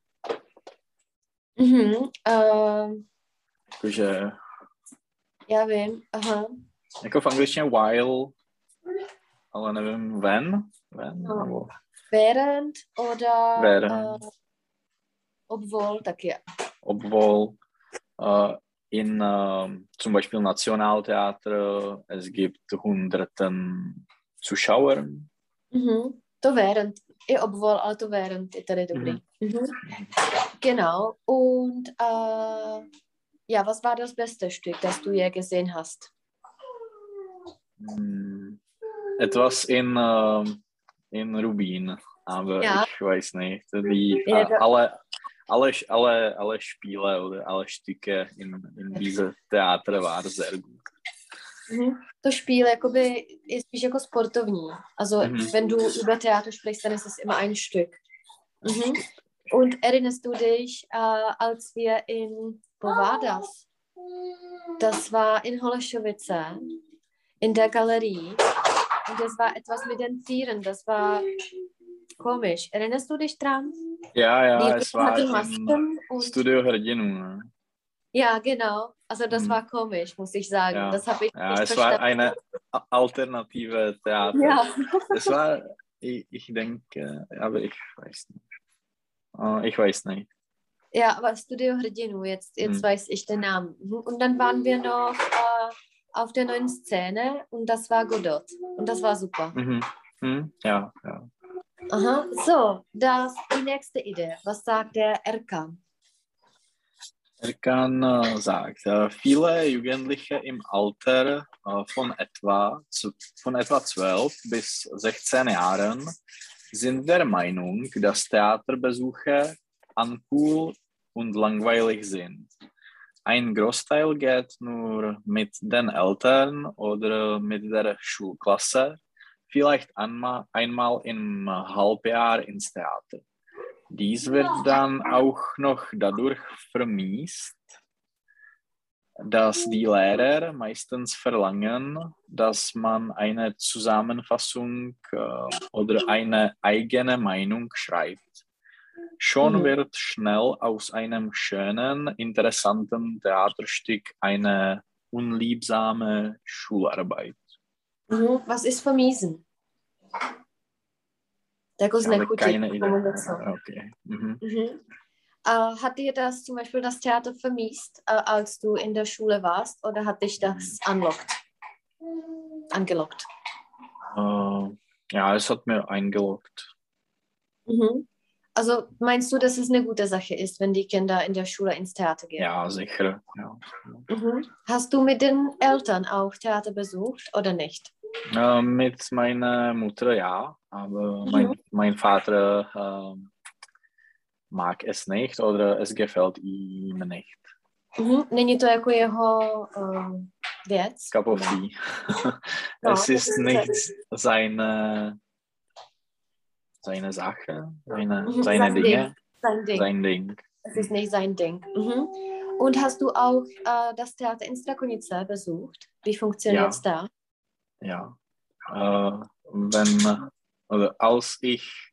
B: Mhm. Ähm,
A: jakože,
B: ja, vím. Aha.
A: jako v angličtině while, ale nevím when, when
B: No.
A: nebo
B: Während oder
A: where,
B: äh, obwohl, tak ja.
A: obwohl. Äh, in äh, zum Beispiel Nationaltheater, es gibt hunderten Zuschauer.
B: Mhm. To während. I obwohl, ale to während je tady dobrý.
A: Mhm.
B: Mhm. Genau. Und äh, ja, was war das beste Stück, das du je gesehen hast?
A: Hm, etwas in, äh, in Rubin, aber
B: Ja.
A: ich weiß nicht. Die,
B: Ja,
A: äh,
B: da-
A: alle, alle, alle, alle Spiele oder alle Stücke in, in diesem Theater waren sehr gut.
B: Mhm. To Spiel jakoby, je spíš jako sportovní. Also
A: Mhm.
B: wenn du über Theater sprichst, dann ist es immer ein Stück. Mhm. Und erinnerst du dich, äh, als wir in, wo war das? Das war in Holešovice, in der Galerie. Und das war etwas mit den Tieren. Das war Komisch. Erinnerst du dich dran?
A: Ja, ja,
B: Die
A: es war
B: hatten
A: im
B: Masken und
A: Studio Hrdinu. Ne?
B: ja, genau. Also das
A: Mhm.
B: war komisch, muss ich sagen.
A: Ja,
B: Das habe ich
A: ja,
B: nicht
A: es war
B: verstanden.
A: eine a- alternative Theater.
B: Ja.
A: Es war, ich, ich denke, aber ich weiß nicht. Äh, ich weiß nicht.
B: Ja, aber Studio Hrdinu, jetzt, jetzt
A: Hm.
B: weiß ich den Namen. Mhm. Und dann waren wir noch äh, auf der neuen Szene und das war Godot. Und das war super.
A: Mhm. Hm. Ja, ja.
B: Aha. So, das die nächste Idee. Was sagt der Erkan?
A: Erkan äh, sagt, äh, viele Jugendliche im Alter äh, von, etwa, zu, von etwa zwölf bis sechzehn Jahren sind der Meinung, dass Theaterbesuche uncool und langweilig sind. Ein Großteil geht nur mit den Eltern oder mit der Schulklasse, vielleicht einmal, einmal im Halbjahr ins Theater. Dies wird dann auch noch dadurch vermiest, dass die Lehrer meistens verlangen, dass man eine Zusammenfassung äh, oder eine eigene Meinung schreibt. Schon
B: Mhm.
A: wird schnell aus einem schönen, interessanten Theaterstück eine unliebsame Schularbeit.
B: Mhm. Was ist vermiesen? Jako
A: Ich habe
B: znechutit.
A: keine Idee. Okay. Mhm.
B: Mhm. Äh, hat dir das zum Beispiel das Theater vermisst, äh, als du in der Schule warst, oder hat dich das anlockt, angelockt?
A: Äh, ja, es hat mir eingeloggt.
B: Mhm. Also meinst du, dass es eine gute Sache ist, wenn die Kinder in der Schule ins Theater gehen?
A: Ja, sicher. Ja.
B: Mhm. Hast du mit den Eltern auch Theater besucht oder nicht?
A: Äh, mit meiner Mutter ja, aber
B: Mhm.
A: mein, mein Vater äh, mag es nicht oder es gefällt ihm nicht.
B: Mhm. Není to jako jeho uh, věc?
A: Cup of tea.
B: No,
A: Es
B: das
A: ist
B: ist
A: nicht seine, seine Sache, seine,
B: mhm.
A: seine
B: sein
A: Dinge,
B: Ding. Sein Ding.
A: sein Ding.
B: Es ist nicht sein Ding. Mhm. Und hast du auch äh, das Theater in Strakonice besucht? Wie funktioniert es
A: Ja,
B: da?
A: ja. Äh, wenn, oder als ich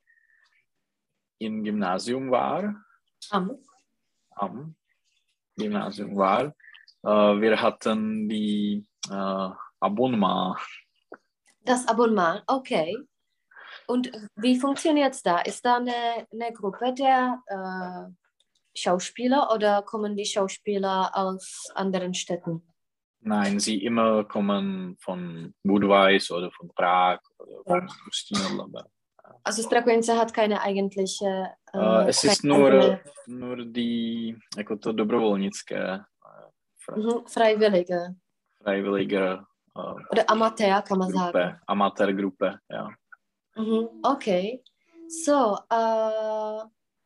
A: im Gymnasium war,
B: Am.
A: am Gymnasium war, äh, wir hatten die äh, Abonnement.
B: Das Abonnement, okay. Und wie funktioniert es da? Ist da eine, eine Gruppe der äh, Schauspieler oder kommen die Schauspieler aus anderen Städten?
A: Nein, sie immer kommen von Budweis oder von Prag oder von Ustinov.
B: Also Strakonice hat keine eigentliche, äh,
A: Uh, es
B: keine
A: ist nur,
B: eigene
A: nur die jako to dobrovolnické uh,
B: mhm, Freiwillige
A: freiwillige uh,
B: oder Amateur, kann man
A: Gruppe,
B: sagen.
A: Amatérgruppe, ja.
B: Mhm, okay. So, äh,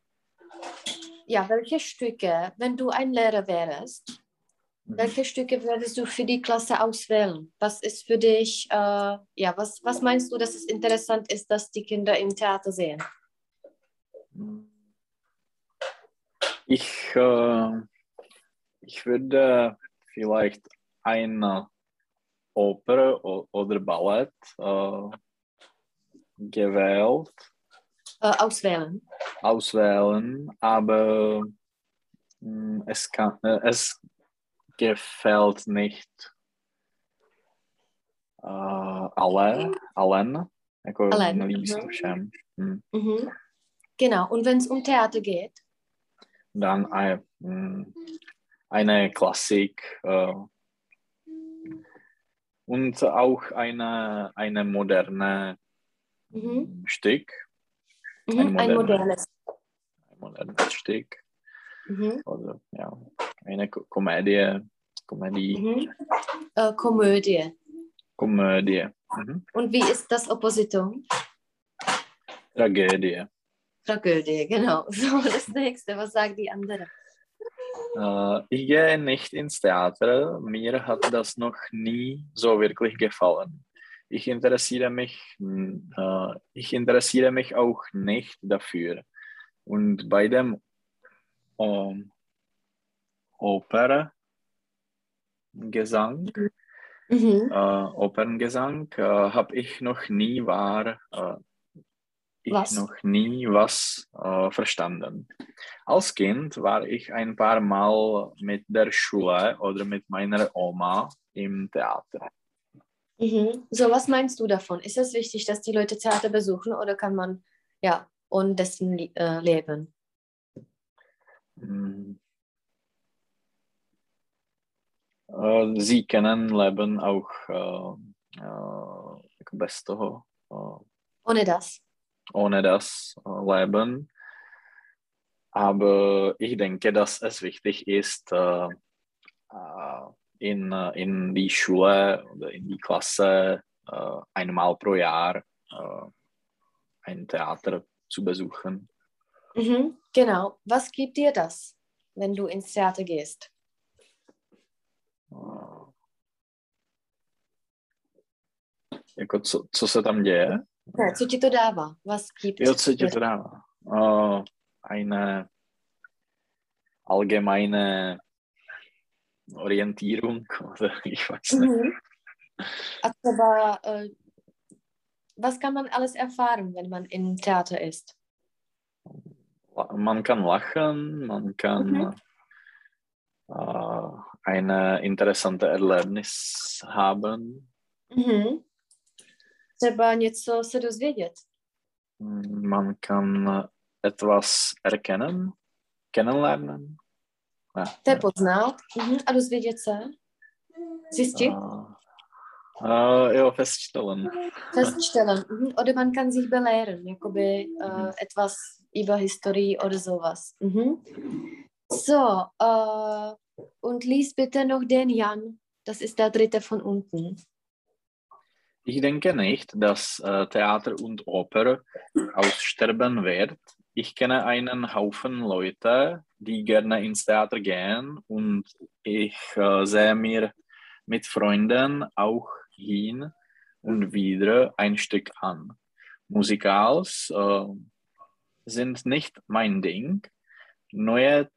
B: ja, welche Stücke, wenn du ein Lehrer wärst,
A: Mhm.
B: welche Stücke würdest du für die Klasse auswählen? Was ist für dich, äh, ja, was, was meinst du, dass es interessant ist, dass die Kinder im Theater sehen?
A: Ich, äh, ich würde vielleicht eine Oper oder Ballett äh, gewählt,
B: Äh, auswählen.
A: auswählen, aber mh, es, kann, äh, es gefällt nicht äh, alle, allen. Jako
B: Allein.
A: nelíbí se to
B: Mhm.
A: všem. Hm.
B: Mhm. Genau, und wenn es um Theater geht?
A: Dann ein, eine Klassik äh, und auch eine, eine moderne
B: Mhm.
A: Stück.
B: Mhm.
A: Ein,
B: Ein
A: moderne,
B: modernes.
A: ein modernes Stück.
B: Mhm.
A: Oder ja, eine Ko- Komödie. Komödie.
B: Mhm. Äh, Komödie.
A: Komödie. Mhm.
B: Und wie ist das Oppositum?
A: Tragödie.
B: Tragödie, genau. So, das nächste, was sagt die andere?
A: Äh, ich gehe nicht ins Theater. Mir hat das noch nie so wirklich gefallen. Ich interessiere mich, äh, ich interessiere mich auch nicht dafür. Und bei dem ähm, Operngesang,
B: Mhm.
A: äh, Operngesang äh, habe ich noch nie war, äh, ich
B: Was?
A: noch nie was äh, verstanden. Als Kind war ich ein paar Mal mit der Schule oder mit meiner Oma im Theater.
B: Mhm. So, was meinst du davon? Ist es wichtig, dass die Leute Theater besuchen oder kann man ja ohne dessen äh, leben?
A: Mm. Äh, Sie können leben auch äh, äh, bez toho, äh,
B: Ohne das.
A: ohne das äh, Leben. Aber ich denke, dass es wichtig ist, äh, äh, in, äh, in die Schule oder in die Klasse äh, einmal pro Jahr äh, ein Theater zu besuchen.
B: Mhm. Genau. Was gibt dir das, wenn du ins Theater gehst?
A: Uh, jako co, co se tam děje?
B: Ne, co ti to dává? Was gibt
A: Jo, co ti
B: dir
A: to dává? Uh, eine allgemeine Orientierung oder ich weiß nicht.
B: Mhm. A třeba, äh, was kann man alles erfahren, wenn man im Theater ist?
A: Man kann lachen, man kann
B: Mhm.
A: uh, eine interessante Erlebnis haben.
B: Mhm. Třeba něco se dozvědět.
A: Man kann etwas erkennen, kennenlernen. Ja,
B: To je
A: ja.
B: poznat. Mhm. A dozvědět se? Zjistit?
A: Uh, uh, jo, feststellen.
B: Feststellen. Mhm. Oder man kann sich belehren, jakoby äh,
A: Mhm.
B: etwas über Historie oder sowas. Mhm. So, äh, und lies bitte noch den Jan. Das ist der dritte von unten.
A: Ich denke nicht, dass äh, Theater und Oper aussterben wird. Ich kenne einen Haufen Leute, die gerne ins Theater gehen und ich äh, sehe mir mit Freunden auch hin und wieder ein Stück an. Musicals äh, sind nicht mein Ding. Neue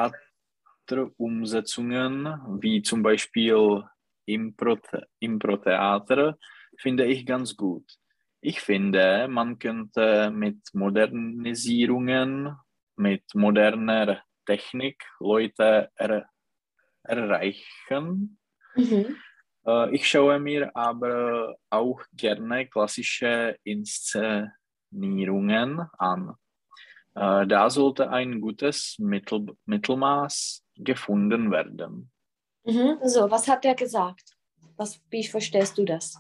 A: Theaterumsetzungen, wie zum Beispiel Impro- Impro-Theater, finde ich ganz gut. Ich finde, man könnte mit Modernisierungen, mit moderner Technik Leute er erreichen.
B: Mhm.
A: Äh, ich schaue mir aber auch gerne klassische Inszenierungen an. Äh, da sollte ein gutes Mittel Mittelmaß gefunden werden.
B: Mhm. So, was hat er gesagt? Was, wie verstehst du das?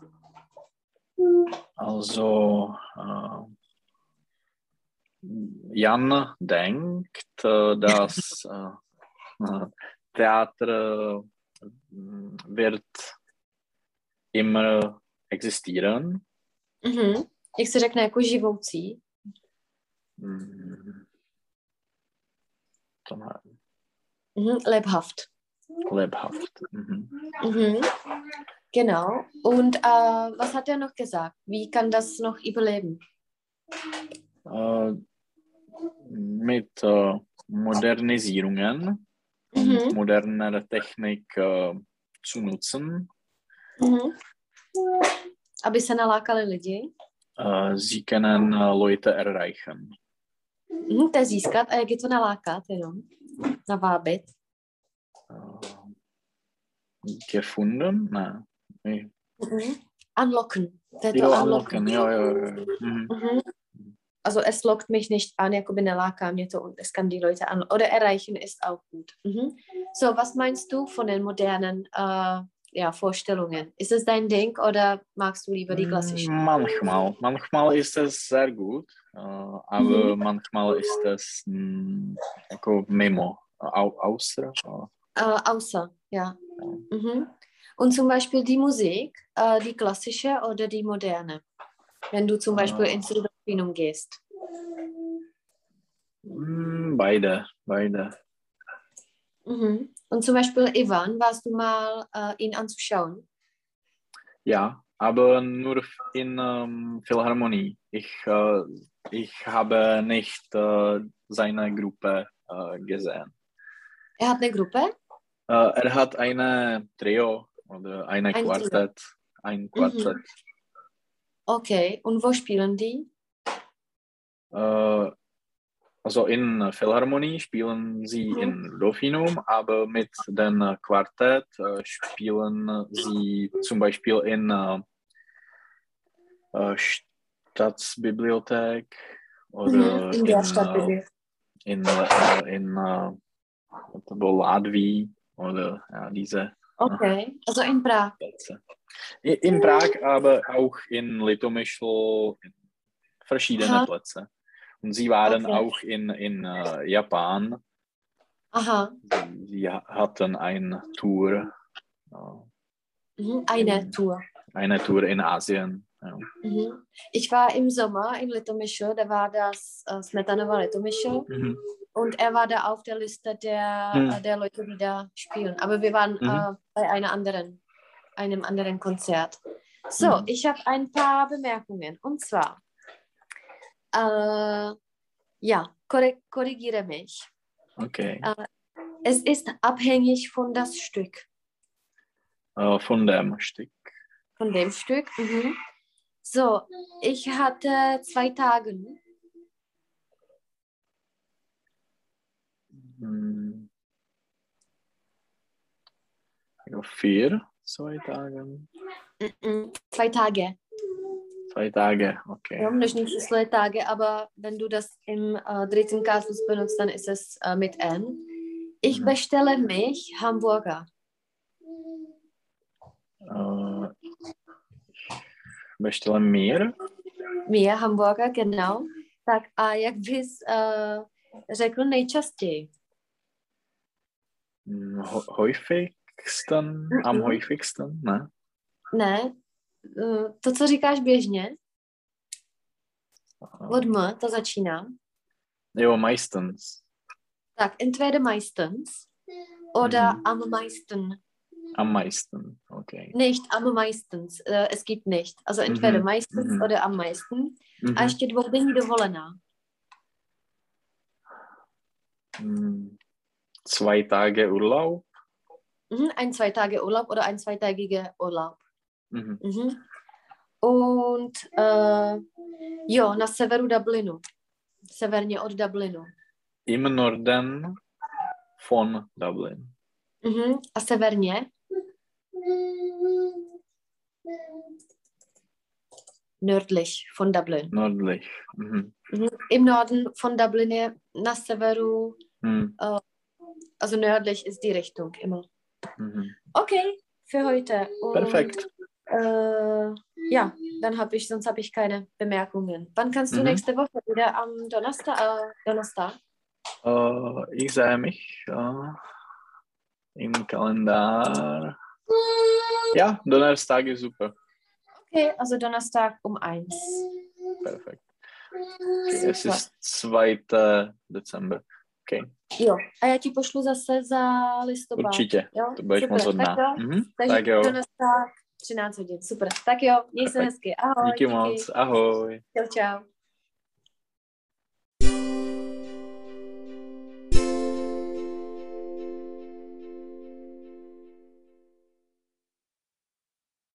A: Also äh, Jan denkt, äh, dass äh, Theater äh, wird immer existieren.
B: Mhm. Jak se řekne jako živoucí?
A: Mm,
B: Mhm. Lebhaft.
A: Lebhaft. Mhm.
B: Mhm. Genau. Und äh, was hat er noch gesagt? Wie kann das noch überleben?
A: Äh, mit äh, Modernisierungen und
B: Mhm.
A: moderner Technik äh, zu nutzen.
B: Mhm. Aby se nalákali lidi.
A: Äh, sie können äh, Leute erreichen.
B: Mhm. To je získat. A jak je to nalákat jenom? Navábit.
A: Äh, gefunden? Nein. Nee.
B: Mhm. Unlocken. To je to
A: Jo,
B: unlocken.
A: unlocken. Jo, jo, jo. Mhm.
B: Mhm. Also es lockt mich nicht an, jakoby neláká mě to und es kann die Leute an oder erreichen ist auch gut. Mhm. So, was meinst du von den modernen äh, ja, Vorstellungen? Ist es dein Ding oder magst du lieber die klassischen?
A: Manchmal. Manchmal ist es sehr gut, äh, aber
B: Mhm.
A: manchmal ist es mh, jako mimo, au, außer.
B: Äh, außer, ja. Mhm. Und zum Beispiel die Musik, äh, die klassische oder die moderne? Wenn du zum Beispiel
A: Äh,
B: ins Rudolfinum gehst.
A: mh, beide, beide.
B: Mhm. Und zum Beispiel Ivan, warst du mal äh, ihn anzuschauen?
A: Ja, aber nur in ähm, Philharmonie. Ich, äh, ich habe nicht äh, seine Gruppe äh, gesehen.
B: Er hat eine Gruppe?
A: Äh, er hat eine Trio oder eine
B: Ein Trio.
A: Quartett. Ein
B: Mhm.
A: Quartett.
B: Okay, und wo spielen die?
A: Äh, also in Philharmonie spielen sie
B: Mhm.
A: in Rudolfinum, aber mit dem Quartett äh, spielen sie zum Beispiel in äh, äh, Staatsbibliothek
B: Mhm.
A: oder
B: In der
A: in,
B: Stadt.
A: äh, in, äh, in äh, Ladví oder ja, diese
B: Okay, also in Prag.
A: Plätze. In Prag, aber auch in Litomyšl, in verschiedene
B: Aha,
A: Plätze. Und sie waren
B: okay.
A: auch in, in uh, Japan.
B: Aha,
A: Sie, sie hatten eine Tour. Uh,
B: mhm. Eine
A: in,
B: Tour.
A: eine Tour in Asien. Ja.
B: Mhm. Ich war im Sommer in Litomyšl, da war das äh, Smetanova Litomyšl
A: Mhm.
B: und er war da auf der Liste der,
A: Mhm.
B: äh, der Leute, die da spielen. Aber wir waren
A: Mhm.
B: äh, bei einer anderen, einem anderen Konzert. So,
A: Mhm.
B: ich habe ein paar Bemerkungen. Und zwar, äh, ja, korre korrigiere mich.
A: Okay.
B: Äh, es ist abhängig von das Stück.
A: Uh, von dem Stück.
B: Von dem Stück. Mhm. So, ich hatte zwei Tage.
A: Hm. Ja, vier, zwei Tage.
B: Mhm. Zwei Tage.
A: Zwei Tage, okay.
B: Ja, množné číslo je Tage, aber wenn du das im äh, dritten Kasus benutzt, dann ist es äh, mit N. Ich
A: Mhm.
B: bestelle mich Hamburger.
A: Uh, ich bestelle mehr.
B: Mir Hamburger, genau. Tak a jak bys uh, řekl nejčastěji?
A: Ho- häufigsten, am
B: Mhm.
A: häufigsten, ne?
B: Ne, uh, to, co říkáš běžně, od M to začíná.
A: Jo, meistens.
B: Tak, entweder meistens oder
A: Mhm.
B: am meisten.
A: Am meisten, okay.
B: Nicht am meistens, uh, es gibt nicht. Also entweder
A: Mhm.
B: meistens
A: Mhm.
B: oder am meisten.
A: Mhm.
B: A ještě dvoudenní dovolená.
A: Mhm. Zwei Tage Urlaub.
B: Mhm, ein zwei Tage Urlaub oder ein zweitägiger Urlaub.
A: Mhm.
B: Mhm. Und uh, jo, na severu Dublinu. Severně od Dublinu.
A: Im Norden von Dublin.
B: Mhm. A severně? Nördlich von Dublin.
A: Nördlich. Mhm.
B: Mhm. Im Norden von Dublin je na severu,
A: Mhm.
B: uh, also nördlich ist die Richtung immer.
A: Mhm.
B: Okay, für heute. Und,
A: Perfekt.
B: Äh, ja, dann habe ich, sonst habe ich keine Bemerkungen. Wann kannst du
A: Mhm.
B: nächste Woche wieder am Donnerstag? Äh, Donnerstag?
A: Uh, ich sehe mich uh, im Kalender. Ja, Donnerstag ist super.
B: Okay, also Donnerstag um eins.
A: Perfekt. Okay, es ist zweiter Dezember. Okay.
B: Jo, a já ti pošlu zase za listopad.
A: Určitě,
B: Jo?
A: to budeš
B: Super,
A: moc hodná.
B: tak jo.
A: Mhm.
B: Takže
A: Tak jo.
B: Donnerstag třináct hodin, super. Tak jo, měj se
A: Perfekt.
B: hezky, ahoj.
A: Díky moc, ahoj.
B: Čau, čau.